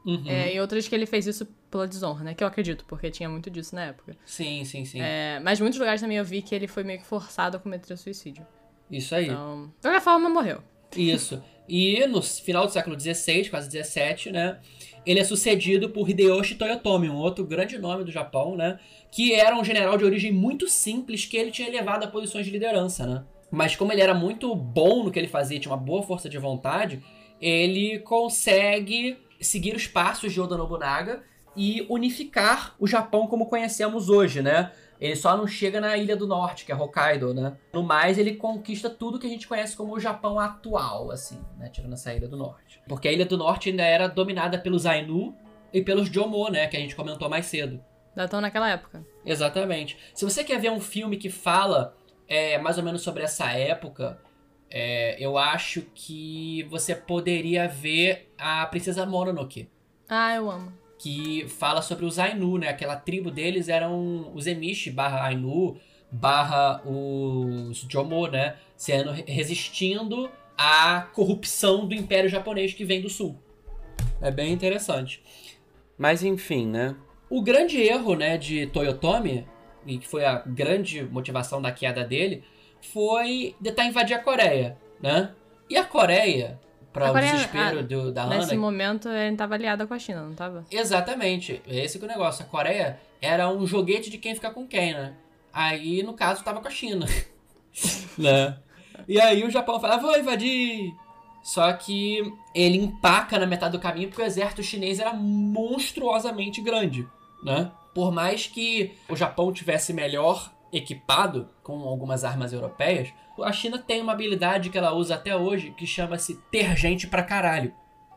Uhum. E outras que ele fez isso pela desonra, né? Que eu acredito, porque tinha muito disso na época. Sim. Mas em muitos lugares também eu vi que ele foi meio que forçado a cometer suicídio. Isso aí. Então, de qualquer forma, morreu. Isso. E no final do século XVI, quase XVII, né? Ele é sucedido por Hideyoshi Toyotomi, um outro grande nome do Japão, né? Que era um general de origem muito simples que ele tinha elevado a posições de liderança, né? Mas como ele era muito bom no que ele fazia, tinha uma boa força de vontade, ele consegue seguir os passos de Oda Nobunaga e unificar o Japão como conhecemos hoje, né? Ele só não chega na Ilha do Norte, que é Hokkaido, né? No mais, ele conquista tudo que a gente conhece como o Japão atual, assim, né? Tirando essa Ilha do Norte. Porque a Ilha do Norte ainda era dominada pelos Ainu e pelos Jomon, né? Que a gente comentou mais cedo. Já estão naquela época. Exatamente. Se você quer ver um filme que fala mais ou menos sobre essa época, eu acho que você poderia ver a Princesa Mononoke. Ah, eu amo. Que fala sobre os Ainu, né? Aquela tribo deles eram os Emishi barra Ainu barra os Jomon, né? Sendo resistindo à corrupção do Império Japonês que vem do Sul. É bem interessante. Mas enfim, né? O grande erro, né, de Toyotomi, e que foi a grande motivação da queda dele, foi tentar invadir a Coreia, né? E a Coreia, para o desespero da Hana... Nesse momento, ele estava aliada com a China, não estava? Exatamente. Esse que é o negócio. A Coreia era um joguete de quem fica com quem, né? Aí, no caso, tava com a China. Né? E aí o Japão fala, vou invadir... Só que ele empaca na metade do caminho porque o exército chinês era monstruosamente grande, né? Por mais que o Japão tivesse melhor equipado com algumas armas europeias, a China tem uma habilidade que ela usa até hoje que chama-se ter gente pra caralho.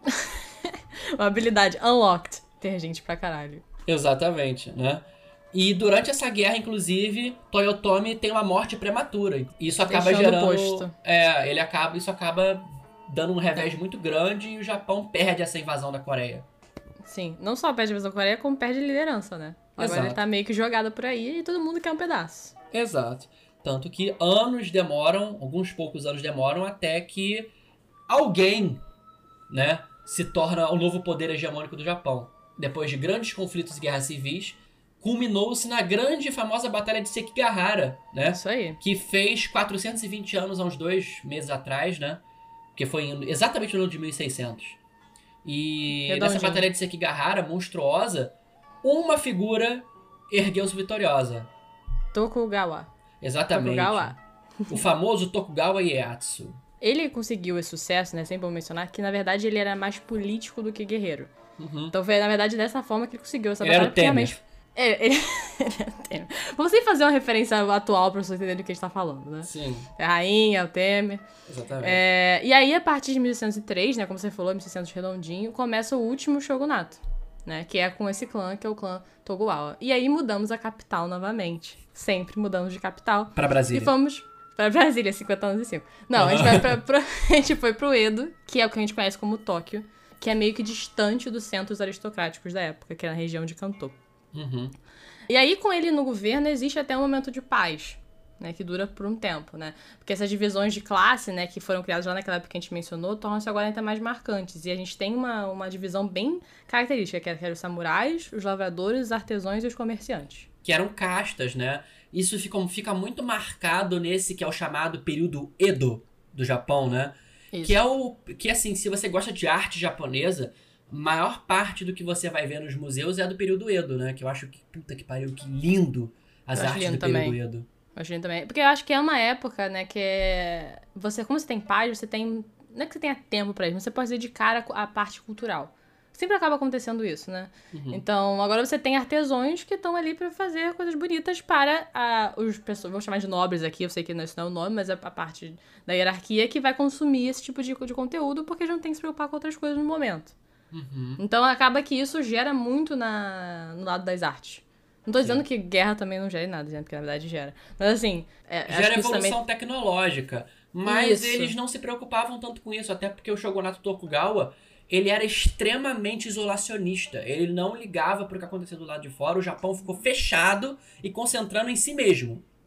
Uma habilidade unlocked, ter gente pra caralho. Exatamente, né? E durante essa guerra, inclusive, Toyotomi tem uma morte prematura. Isso acaba gerando... Posto. Isso acaba dando um revés muito grande e o Japão perde essa invasão da Coreia. Sim, não só perde a invasão da Coreia, como perde liderança, né? Agora Exato. ele tá meio que jogado por aí e todo mundo quer um pedaço. Exato. Tanto que alguns poucos anos demoram até que alguém, né, se torna o novo poder hegemônico do Japão. Depois de grandes conflitos e guerras civis, culminou-se na grande e famosa Batalha de Sekigahara, né? Isso aí. Que fez 420 anos há uns 2 meses atrás, né? Que foi exatamente no ano de 1600. E nessa Batalha de Sekigahara, monstruosa, uma figura ergueu-se vitoriosa. Tokugawa. Exatamente. Tokugawa. O famoso Tokugawa Ieyasu. Ele conseguiu esse sucesso, né? Sempre vou mencionar que, na verdade, ele era mais político do que guerreiro. Uhum. Então foi, na verdade, dessa forma que ele conseguiu essa Ele era batalha. o Temer. Realmente... Ele era o Temer. Vamos sempre fazer uma referência atual pra você entender do que a gente tá falando, né? Sim. É a rainha, o Temer. Exatamente. E aí, a partir de 1603, né? Como você falou, 1600 redondinho, começa o último shogunato, né? Que é com esse clã, que é o clã Tokugawa. E aí mudamos a capital novamente. Sempre mudamos de capital. Pra Brasília. E fomos pra Brasília, 50 anos e 5. Não, a gente foi pro Edo, que é o que a gente conhece como Tóquio, que é meio que distante dos centros aristocráticos da época, que é na região de Kanto. Uhum. E aí, com ele no governo, existe até um momento de paz, né, que dura por um tempo, né? Porque essas divisões de classe, né, que foram criadas lá naquela época que a gente mencionou, tornam-se agora ainda mais marcantes. E a gente tem uma divisão bem característica, que eram os samurais, os lavradores, os artesãos e os comerciantes. Que eram castas, né? Isso fica muito marcado nesse que é o chamado período Edo do Japão, né? Isso. Que assim, se você gosta de arte japonesa, maior parte do que você vai ver nos museus é do período Edo, né? Que eu acho que, puta que pariu, que lindo as artes do período Edo. Eu acho lindo também. Porque eu acho que é uma época, né, que como você tem paz, você tem... Não é que você tenha tempo pra isso, mas você pode se dedicar à parte cultural. Sempre acaba acontecendo isso, né? Uhum. Então, agora você tem artesãos que estão ali pra fazer coisas bonitas para os pessoas, vamos chamar de nobres aqui, eu sei que isso não é o nome, mas é a parte da hierarquia que vai consumir esse tipo de conteúdo porque já não tem que se preocupar com outras coisas no momento. Uhum. Então, acaba que isso gera muito no lado das artes. Não tô dizendo que guerra também não gera nada, dizendo que na verdade gera. Mas assim... gera evolução tecnológica. Mas Isso. eles não se preocupavam tanto com isso, até porque o shogunato Tokugawa, ele era extremamente isolacionista. Ele não ligava pro que acontecia do lado de fora. O Japão ficou fechado e concentrando em si mesmo.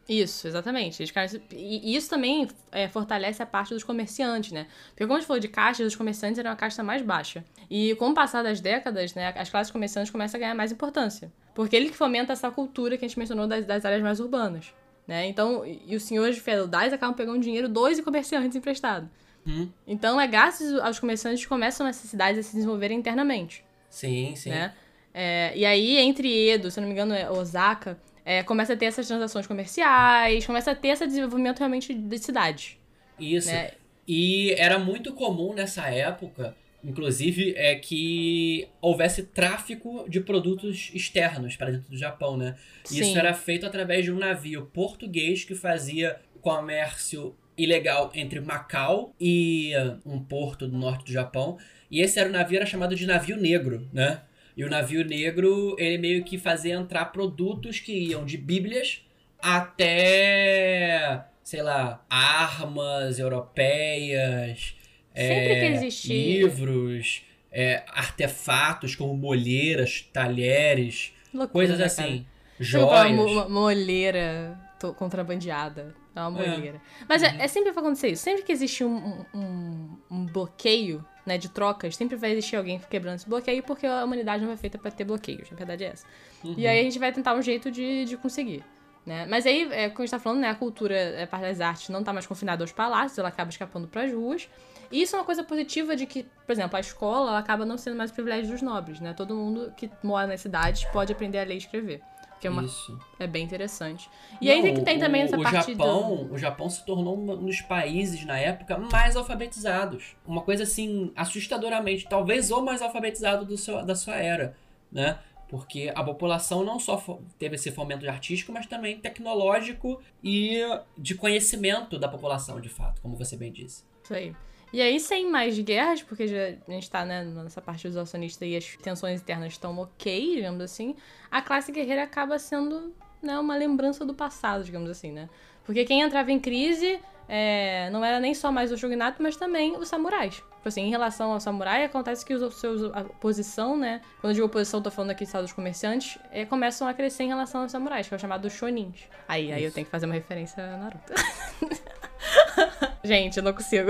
Isso, exatamente. E isso também fortalece a parte dos comerciantes, né? Porque como a gente falou de caixa, os comerciantes eram a caixa mais baixa. E com o passar das décadas, né, as classes comerciantes começam a ganhar mais importância. Porque ele que fomenta essa cultura que a gente mencionou das áreas mais urbanas, né? Então, e os senhores feudais acabam pegando dinheiro dos comerciantes emprestado. Então, é graças aos comerciantes que começam essas cidades a se desenvolverem internamente. Sim, sim. Né? E aí, entre Edo, se eu não me engano, Osaka, começa a ter essas transações comerciais, começa a ter esse desenvolvimento realmente de cidades. Isso. Né? E era muito comum nessa época, inclusive, que houvesse tráfico de produtos externos para dentro do Japão, né? Sim. Isso era feito através de um navio português que fazia comércio ilegal entre Macau e um porto do norte do Japão. E esse navio era chamado de navio negro, né? E o navio negro, ele meio que fazia entrar produtos que iam de bíblias até, sei lá, armas europeias, Sempre que existir livros, artefatos como molheiras, talheres, loucura, coisas né, assim, cara? joias. Uma molheira contrabandeada. É uma molheira. Mas sempre vai acontecer isso. Sempre que existe um bloqueio, né, de trocas, sempre vai existir alguém quebrando esse bloqueio, porque a humanidade não foi feita pra ter bloqueios. A verdade é essa. E aí a gente vai tentar um jeito de conseguir. Né? Mas aí, como a gente tá falando, né, a cultura, a parte das artes não tá mais confinada aos palácios, ela acaba escapando pras ruas. E isso é uma coisa positiva de que, por exemplo, a escola ela acaba não sendo mais o privilégio dos nobres, né? Todo mundo que mora nas cidades pode aprender a ler e escrever. Que é bem interessante. E aí tem também essa parte O Japão se tornou um dos países, na época, mais alfabetizados. Uma coisa, assim, assustadoramente, talvez o mais alfabetizado da sua era, né? Porque a população não só teve esse fomento artístico, mas também tecnológico e de conhecimento da população, de fato, como você bem disse. Isso aí. E aí, sem mais guerras, porque a gente tá, né, nessa parte dos acionistas e as tensões internas estão ok, digamos assim, a classe guerreira acaba sendo, né, uma lembrança do passado, digamos assim, né? Porque quem entrava em crise não era nem só mais o shogunato, mas também os samurais. Tipo assim, em relação ao samurai, acontece que a posição, né? Quando eu digo oposição, tô falando aqui só dos comerciantes, começam a crescer em relação aos samurais, que é o chamado shonins. Aí eu tenho que fazer uma referência a Naruto. Gente, eu não consigo.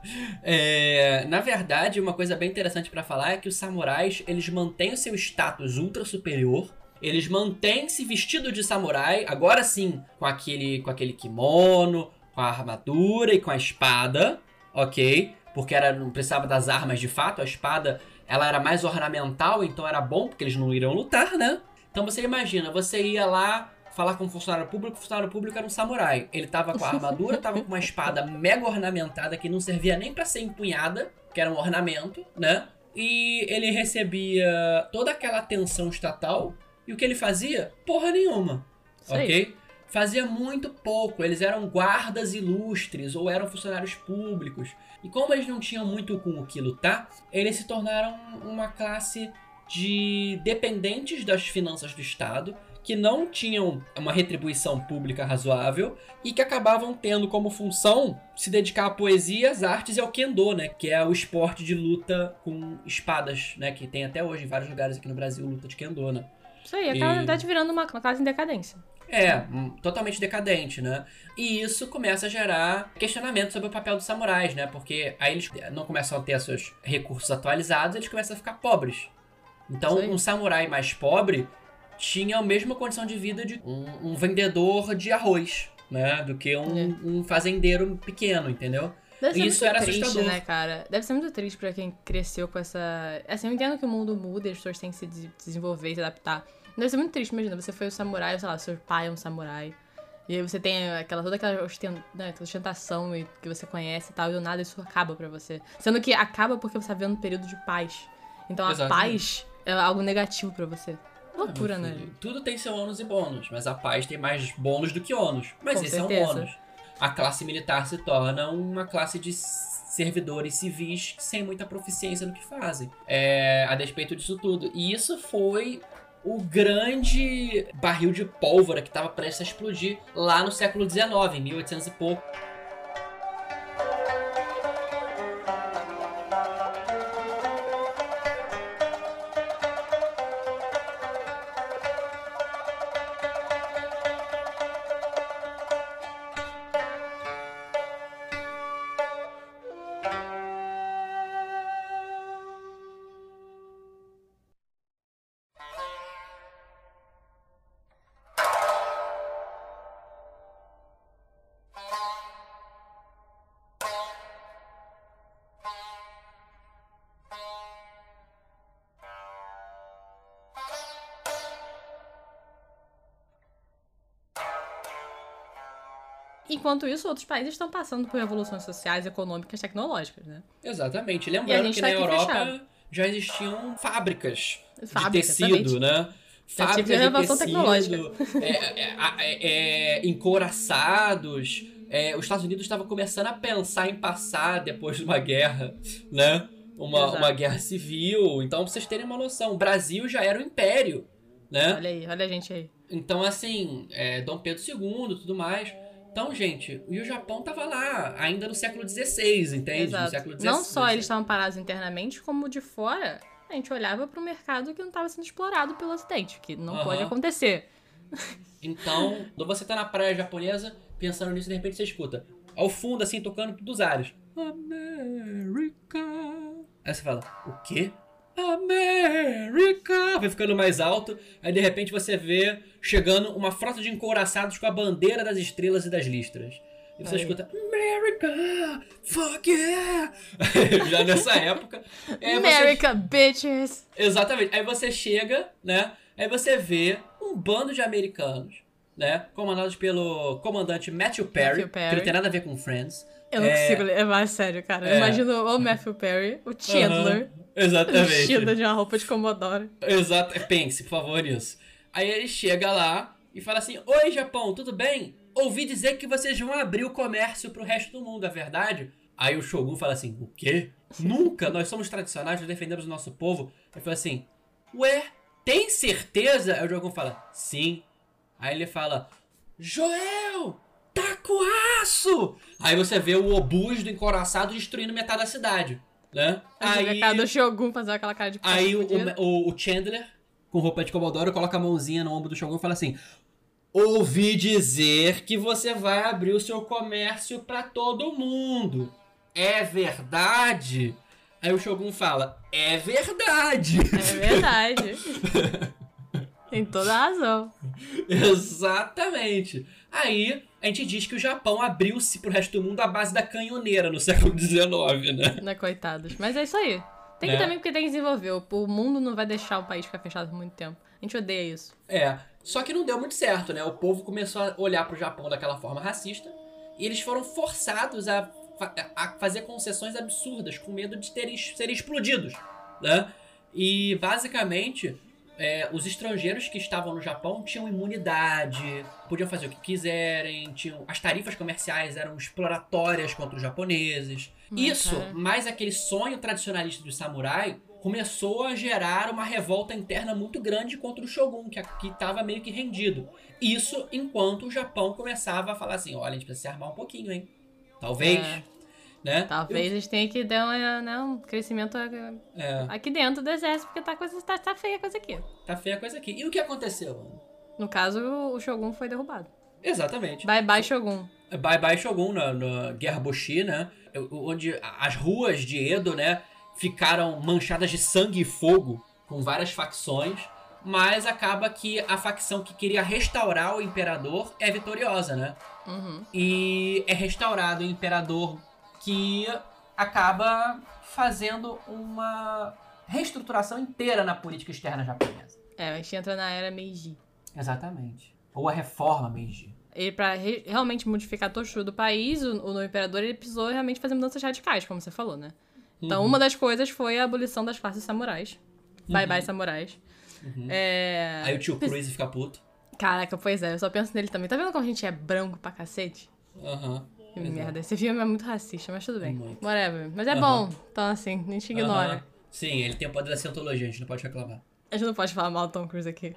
Na verdade, uma coisa bem interessante pra falar é que os samurais, eles mantêm o seu status ultra superior. Eles mantêm-se vestido de samurai, agora sim, com aquele kimono, com a armadura e com a espada, ok? Porque não precisava das armas de fato, a espada ela era mais ornamental, então era bom, porque eles não iriam lutar, né? Então você imagina, você ia lá falar com um funcionário público, o funcionário público era um samurai. Ele tava com a armadura, tava com uma espada mega ornamentada que não servia nem pra ser empunhada, que era um ornamento, né? E ele recebia toda aquela atenção estatal, e o que ele fazia? Porra nenhuma, ok? Fazia muito pouco, eles eram guardas ilustres ou eram funcionários públicos. E como eles não tinham muito com o que lutar, eles se tornaram uma classe de dependentes das finanças do Estado, que não tinham uma retribuição pública razoável e que acabavam tendo como função se dedicar à poesia, às artes e ao kendo, né? Que é o esporte de luta com espadas, né? Que tem até hoje em vários lugares aqui no Brasil, luta de kendo, né? Isso aí, acaba na verdade virando uma classe em decadência. Totalmente decadente, né? E isso começa a gerar questionamento sobre o papel dos samurais, né? Porque aí eles não começam a ter seus recursos atualizados, eles começam a ficar pobres. Então, um samurai mais pobre tinha a mesma condição de vida de um vendedor de arroz, né? Do que um fazendeiro pequeno, entendeu? Deve ser isso muito era triste, assustador, né, cara? Deve ser muito triste pra quem cresceu com essa... Assim, eu entendo que o mundo muda e as pessoas têm que se desenvolver e se adaptar. Deve ser muito triste, imagina, você foi um samurai, sei lá, seu pai é um samurai. E aí você tem toda aquela ostentação que você conhece e tal, e do nada isso acaba pra você. Sendo que acaba porque você tá vendo um período de paz. Então a paz é algo negativo pra você. Loucura, né? Tudo tem seu ônus e bônus, mas a paz tem mais bônus do que ônus. Mas com esse certeza. é um ônus. A classe militar se torna uma classe de servidores civis sem muita proficiência no que fazem. A despeito disso tudo. E isso foi o grande barril de pólvora que estava prestes a explodir lá no século XIX, em 1800 e pouco. enquanto isso, outros países estão passando por revoluções sociais, econômicas, tecnológicas, né? Exatamente. E a Lembrando gente que tá na aqui Europa fechado. já existiam fábricas de Fábricas, tecido, exatamente. né? Já tive Fábricas de inovação tecido, encouraçados. Os Estados Unidos estavam começando a pensar em passar depois de uma guerra, né? Uma Exato. guerra civil. Então, pra vocês terem uma noção, o Brasil já era um império, né? Olha aí, olha a gente aí. Então, assim, Dom Pedro II e tudo mais. Então, gente, e o Japão tava lá, ainda no século XVI, entende? No Exato. século XVI. Não só eles estavam parados internamente, como de fora, a gente olhava para um mercado que não estava sendo explorado pelo Ocidente, que não pode acontecer. Então, quando você tá na praia japonesa, pensando nisso, de repente você escuta ao fundo, assim, tocando dos ares. America. Aí você fala, o quê? America! Vai ficando mais alto. Aí de repente você vê chegando uma frota de encouraçados com a bandeira das estrelas e das listras. E você escuta America! Fuck yeah! Já nessa época. America, bitches! Exatamente. Aí você chega, né? Aí você vê um bando de americanos, né? Comandados pelo comandante Matthew Perry. Que não tem nada a ver com Friends. Eu não consigo levar a sério, cara. Eu imagino o Matthew Perry, o Chandler. Exatamente. Vestido de uma roupa de Commodore. Exato. Pense, por favor, nisso. Aí ele chega lá e fala assim: Oi, Japão, tudo bem? Ouvi dizer que vocês vão abrir o comércio pro resto do mundo, é verdade? Aí o Shogun fala assim: O quê? Nunca? Nós somos tradicionais, nós defendemos o nosso povo. Ele fala assim: Ué, tem certeza? Aí o Shogun fala: Sim. Aí ele fala: Joel! Tá com aço! Aí você vê o obus do encoraçado destruindo metade da cidade, né? Aí cada Shogun fazer aquela cara de pau. Aí o Chandler, com roupa de Commodore, coloca a mãozinha no ombro do Shogun e fala assim: Ouvi dizer que você vai abrir o seu comércio pra todo mundo. É verdade? Aí o Shogun fala: É verdade. É verdade. Tem toda a razão. Exatamente. Aí a gente diz que o Japão abriu-se pro resto do mundo à base da canhoneira no século XIX, né? Não é, coitados. Mas é isso aí. Tem que também porque tem que desenvolver. O mundo não vai deixar o país ficar fechado por muito tempo. A gente odeia isso. Só que não deu muito certo, né? O povo começou a olhar pro Japão daquela forma racista e eles foram forçados a fazer concessões absurdas com medo de serem explodidos, né? E basicamente os estrangeiros que estavam no Japão tinham imunidade, podiam fazer o que quiserem, as tarifas comerciais eram exploratórias contra os japoneses. Isso, mais aquele sonho tradicionalista do samurai, começou a gerar uma revolta interna muito grande contra o Shogun, que estava meio que rendido. Isso enquanto o Japão começava a falar assim: olha, a gente precisa se armar um pouquinho, hein? Talvez. Né? Talvez eles tenham que dar um crescimento aqui dentro do exército, porque tá feia a coisa aqui. Tá feia a coisa aqui. E o que aconteceu, mano? No caso, o Shogun foi derrubado. Exatamente. Bye bye, Shogun. Bye bye, Shogun, na Guerra Boshi, né? Onde as ruas de Edo, né, ficaram manchadas de sangue e fogo, com várias facções, mas acaba que a facção que queria restaurar o imperador é vitoriosa, né? Uhum. E é restaurado o imperador que acaba fazendo uma reestruturação inteira na política externa japonesa. A gente entra na era Meiji. Exatamente. Ou a reforma Meiji. E pra realmente modificar a postura do país, o imperador ele precisou realmente fazer mudanças radicais, como você falou, né? Então, uma das coisas foi a abolição das classes samurais. Bye bye, samurais. Aí o tio Cruz fica puto. Caraca, pois é, eu só penso nele também. Tá vendo como a gente é branco pra cacete? Que merda. Esse filme é muito racista, mas tudo bem. Muito. Whatever. Mas é bom. Então, assim, a gente ignora. Sim, ele tem o poder da cientologia, a gente não pode reclamar. A gente não pode falar mal do Tom Cruise aqui.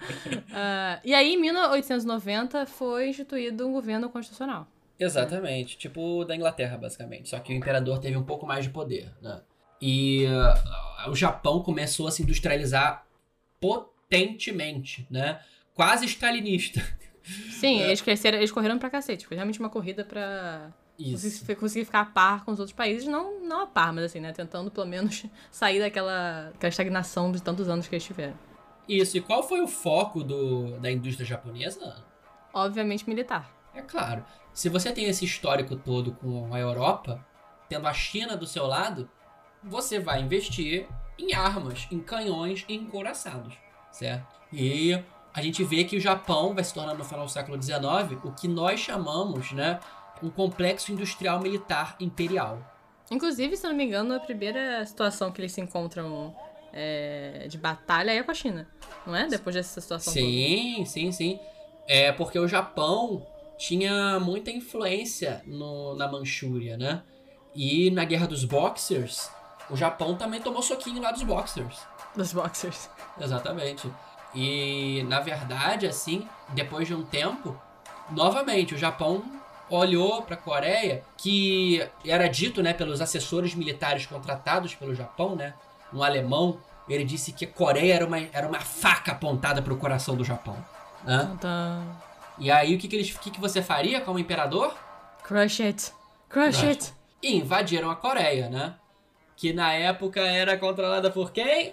E aí, em 1890, foi instituído um governo constitucional. Exatamente. Tipo da Inglaterra, basicamente. Só que o imperador teve um pouco mais de poder, né? E o Japão começou a se industrializar potentemente, né? Quase stalinista. Sim, eles correram pra cacete. Foi realmente uma corrida pra conseguir ficar a par com os outros países. Não a par, mas assim, né? Tentando pelo menos sair daquela estagnação de tantos anos que eles tiveram. Isso. E qual foi o foco da indústria japonesa? Obviamente militar. É claro. Se você tem esse histórico todo com a Europa, tendo a China do seu lado, você vai investir em armas, em canhões e em encouraçados, certo? E a gente vê que o Japão vai se tornando no final do século XIX o que nós chamamos, né, um complexo industrial militar imperial. Inclusive, se eu não me engano, a primeira situação que eles se encontram de batalha é com a China, não é? Depois dessa situação toda. Sim. É porque o Japão tinha muita influência na Manchúria, né? E na Guerra dos Boxers, o Japão também tomou soquinho lá dos Boxers. Dos Boxers. Exatamente. E, na verdade, assim, depois de um tempo, novamente, o Japão olhou para a Coreia, que era dito, né, pelos assessores militares contratados pelo Japão, né? Um alemão, ele disse que a Coreia era uma faca apontada para o coração do Japão. Né? E aí, o que você faria como imperador? Crush it. Crush it. E invadiram a Coreia, né? Que na época era controlada por quem?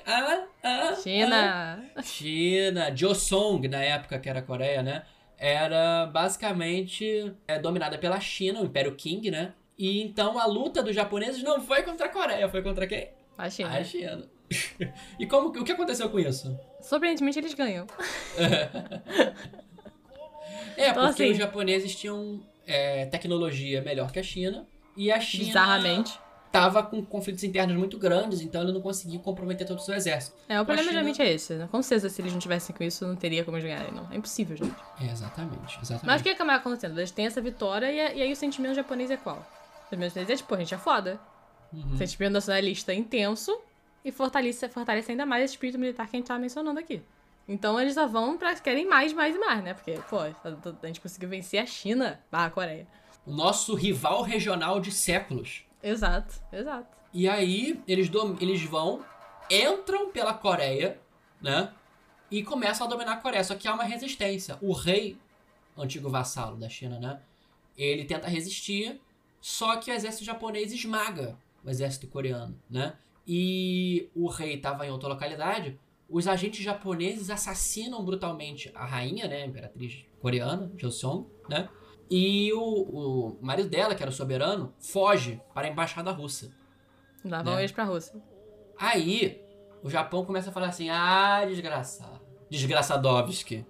China. Joseon, na época que era a Coreia, né? Era basicamente dominada pela China, o Império Qing, né? E então a luta dos japoneses não foi contra a Coreia, foi contra quem? A China. A China. E o que aconteceu com isso? Surpreendentemente eles ganham. Então, porque assim, os japoneses tinham tecnologia melhor que a China. E a China bizarramente tava com conflitos internos muito grandes, então ele não conseguiu comprometer todo o seu exército. O problema geralmente é esse, né? Com certeza, se eles não tivessem com isso, não teria como eles ganharem, não. É impossível, gente. Exatamente. Mas o que acaba acontecendo? Eles têm essa vitória e aí o sentimento japonês é qual? O sentimento japonês é tipo, a gente é foda. O sentimento nacionalista intenso e fortalece ainda mais esse espírito militar que a gente tava mencionando aqui. Então eles só vão querem mais, né? Porque, pô, a gente conseguiu vencer a China, a Coreia. O nosso rival regional de séculos. Exato. E aí, eles entram pela Coreia, né? E começam a dominar a Coreia. Só que há uma resistência. O rei, antigo vassalo da China, né? Ele tenta resistir, só que o exército japonês esmaga o exército coreano, né? E o rei estava em outra localidade. Os agentes japoneses assassinam brutalmente a rainha, né? A imperatriz coreana, Joseon, né? E o marido dela, que era o soberano, foge para a embaixada russa. Lá vão eles pra Rússia. Aí, o Japão começa a falar assim, Desgraçadovski.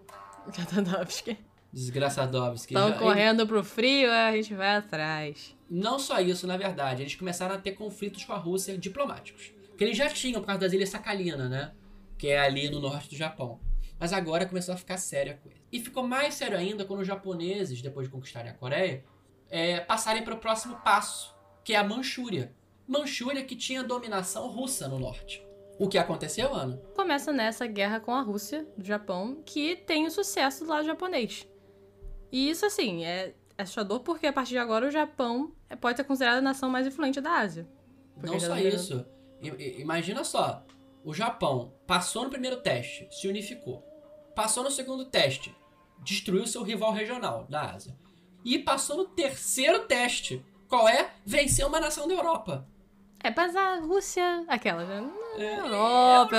Estão correndo pro frio, a gente vai atrás. Não só isso, na verdade. Eles começaram a ter conflitos com a Rússia diplomáticos. Que eles já tinham por causa das Ilhas Sakhalina, né? Que é ali no norte do Japão. Mas agora começou a ficar séria a coisa. E ficou mais sério ainda quando os japoneses, depois de conquistarem a Coreia, passarem para o próximo passo, que é a Manchúria. Manchúria que tinha dominação russa no norte. O que aconteceu, Ana? Começa nessa guerra com a Rússia, do Japão, que tem o sucesso do lado japonês. E isso, assim, é assustador porque a partir de agora o Japão pode ser considerado a nação mais influente da Ásia. Não só isso. Imagina só. O Japão passou no primeiro teste, se unificou. Passou no segundo teste, destruiu seu rival regional da Ásia. E passou no terceiro teste. Qual é? Venceu uma nação da Europa. Mas a Rússia... Aquela, né? Europa.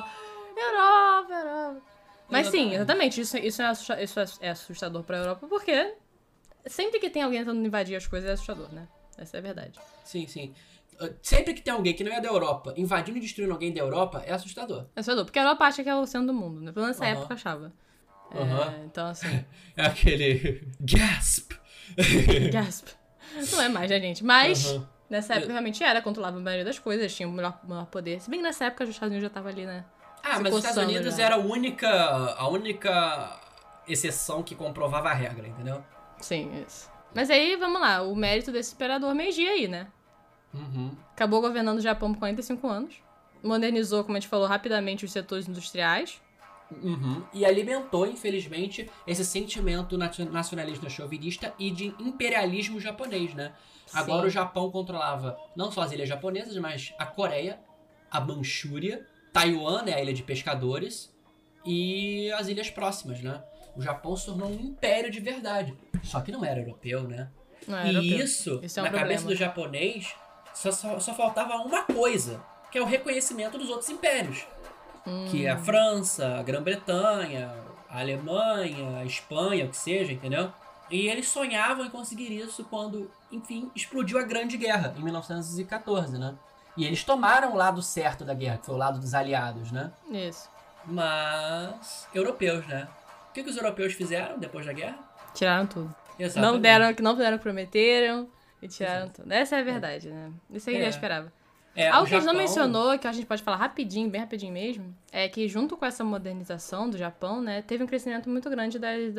Mas sim, exatamente. Isso é assustador pra Europa, porque sempre que tem alguém tentando invadir as coisas é assustador, né? Essa é a verdade. Sim. Sempre que tem alguém que não é da Europa invadindo e destruindo alguém da Europa, é assustador. É assustador, porque a Europa acha que é o centro do mundo, né? Pelo menos nessa época achava. Então, assim... É aquele... Gasp! Não é mais, né, gente? Mas, nessa época realmente controlava a maioria das coisas, tinha o maior poder. Se bem que nessa época os Estados Unidos já tava ali, né? Mas os Estados Unidos era a única exceção que comprovava a regra, entendeu? Sim, isso. Mas aí, vamos lá, o mérito desse imperador Meiji aí, né? Acabou governando o Japão por 45 anos. Modernizou, como a gente falou, rapidamente os setores industriais. E alimentou, infelizmente, esse sentimento nacionalista chauvinista e de imperialismo japonês, né? Sim. Agora o Japão controlava não só as ilhas japonesas, mas a Coreia, a Manchúria, Taiwan, né, a ilha de pescadores, e as ilhas próximas, né? O Japão se tornou um império de verdade. Só que não era europeu, né? Isso é na cabeça do japonês, só faltava uma coisa, que é o reconhecimento dos outros impérios. Que é a França, a Grã-Bretanha, a Alemanha, a Espanha, o que seja, entendeu? E eles sonhavam em conseguir isso quando, enfim, explodiu a Grande Guerra, em 1914, né? E eles tomaram o lado certo da guerra, que foi o lado dos aliados, né? Isso. Mas... europeus, né? que os europeus fizeram depois da guerra? Tiraram tudo. Exatamente. Não fizeram o que prometeram e tiraram Exato. tudo. Essa é a verdade, né? Isso aí eu esperava. o Algo que a gente não Japão- mencionou, que a gente pode falar rapidinho, bem rapidinho mesmo, é que junto com essa modernização do Japão, né, teve um crescimento muito grande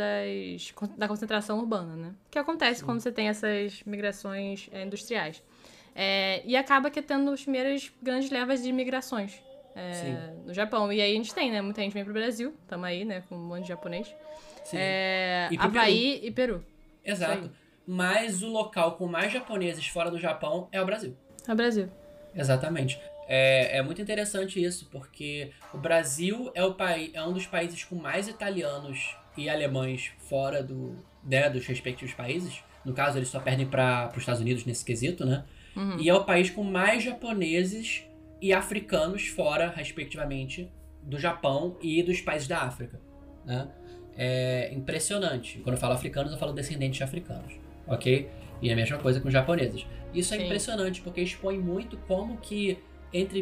da concentração urbana, né? Que acontece quando você tem essas migrações industriais. E acaba que tendo as primeiras grandes levas de migrações no Japão. E aí a gente tem, né? Muita gente vem pro Brasil, tamo aí, né? Com um monte de japonês. Sim. E pro Havaí e Peru. Exato. Mas o local com mais japoneses fora do Japão é o Brasil. É o Brasil. Exatamente. É muito interessante isso, porque o Brasil é um dos países com mais italianos e alemães fora dos respectivos países. No caso, eles só perdem para os Estados Unidos nesse quesito, né? Uhum. E é o país com mais japoneses e africanos fora, respectivamente, do Japão e dos países da África, né? É impressionante. Quando eu falo africanos, eu falo descendentes de africanos, ok? E é a mesma coisa com os japoneses. Isso é Sim. impressionante, porque expõe muito como que entre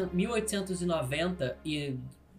1890 e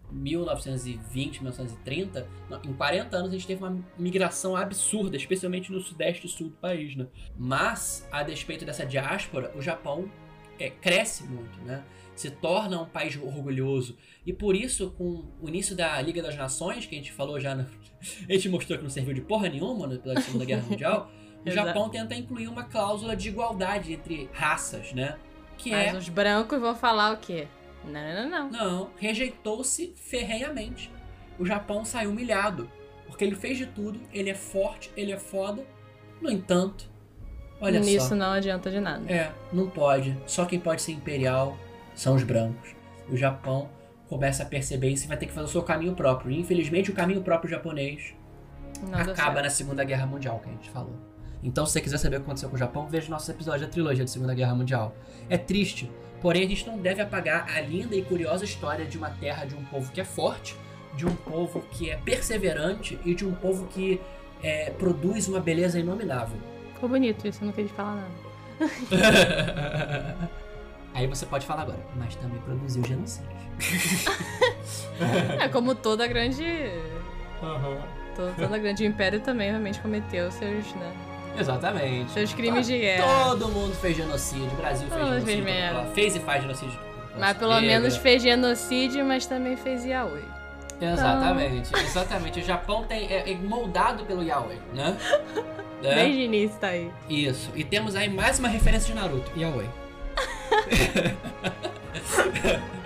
1920, 1930, em 40 anos a gente teve uma migração absurda, especialmente no sudeste e sul do país, né? Mas, a despeito dessa diáspora, o Japão cresce muito, né? Se torna um país orgulhoso. E por isso, com o início da Liga das Nações, que a gente falou já, a gente mostrou que não serviu de porra nenhuma pela Segunda Guerra Mundial, o Japão tenta incluir uma cláusula de igualdade entre raças, né? Mas os brancos vão falar o quê? Não. Não, rejeitou-se ferrenhamente. O Japão saiu humilhado, porque ele fez de tudo, ele é forte, ele é foda. No entanto, olha Nisso só. não adianta de nada. Não pode. Só quem pode ser imperial são os brancos. O Japão começa a perceber isso e vai ter que fazer o seu caminho próprio. E, infelizmente, o caminho próprio japonês acaba na Segunda Guerra Mundial, que a gente falou. Então, se você quiser saber o que aconteceu com o Japão, veja o nosso episódio da trilogia de Segunda Guerra Mundial. É triste, porém a gente não deve apagar a linda e curiosa história de uma terra, de um povo que é forte, de um povo que é perseverante e de um povo que produz uma beleza inominável. Ficou bonito isso, eu não queria falar nada. Aí você pode falar agora, mas também produziu genocídio. Como toda grande... Todo grande império também realmente cometeu seus, né? Exatamente. Seus crimes de guerra. Todo mundo fez genocídio. O Brasil fez genocídio. Fez e faz genocídio. Mas pelo menos fez genocídio, mas também fez yaoi. Exatamente. O Japão é moldado pelo yaoi, né? Desde o início tá aí. Isso. E temos aí mais uma referência de Naruto. Yaoi.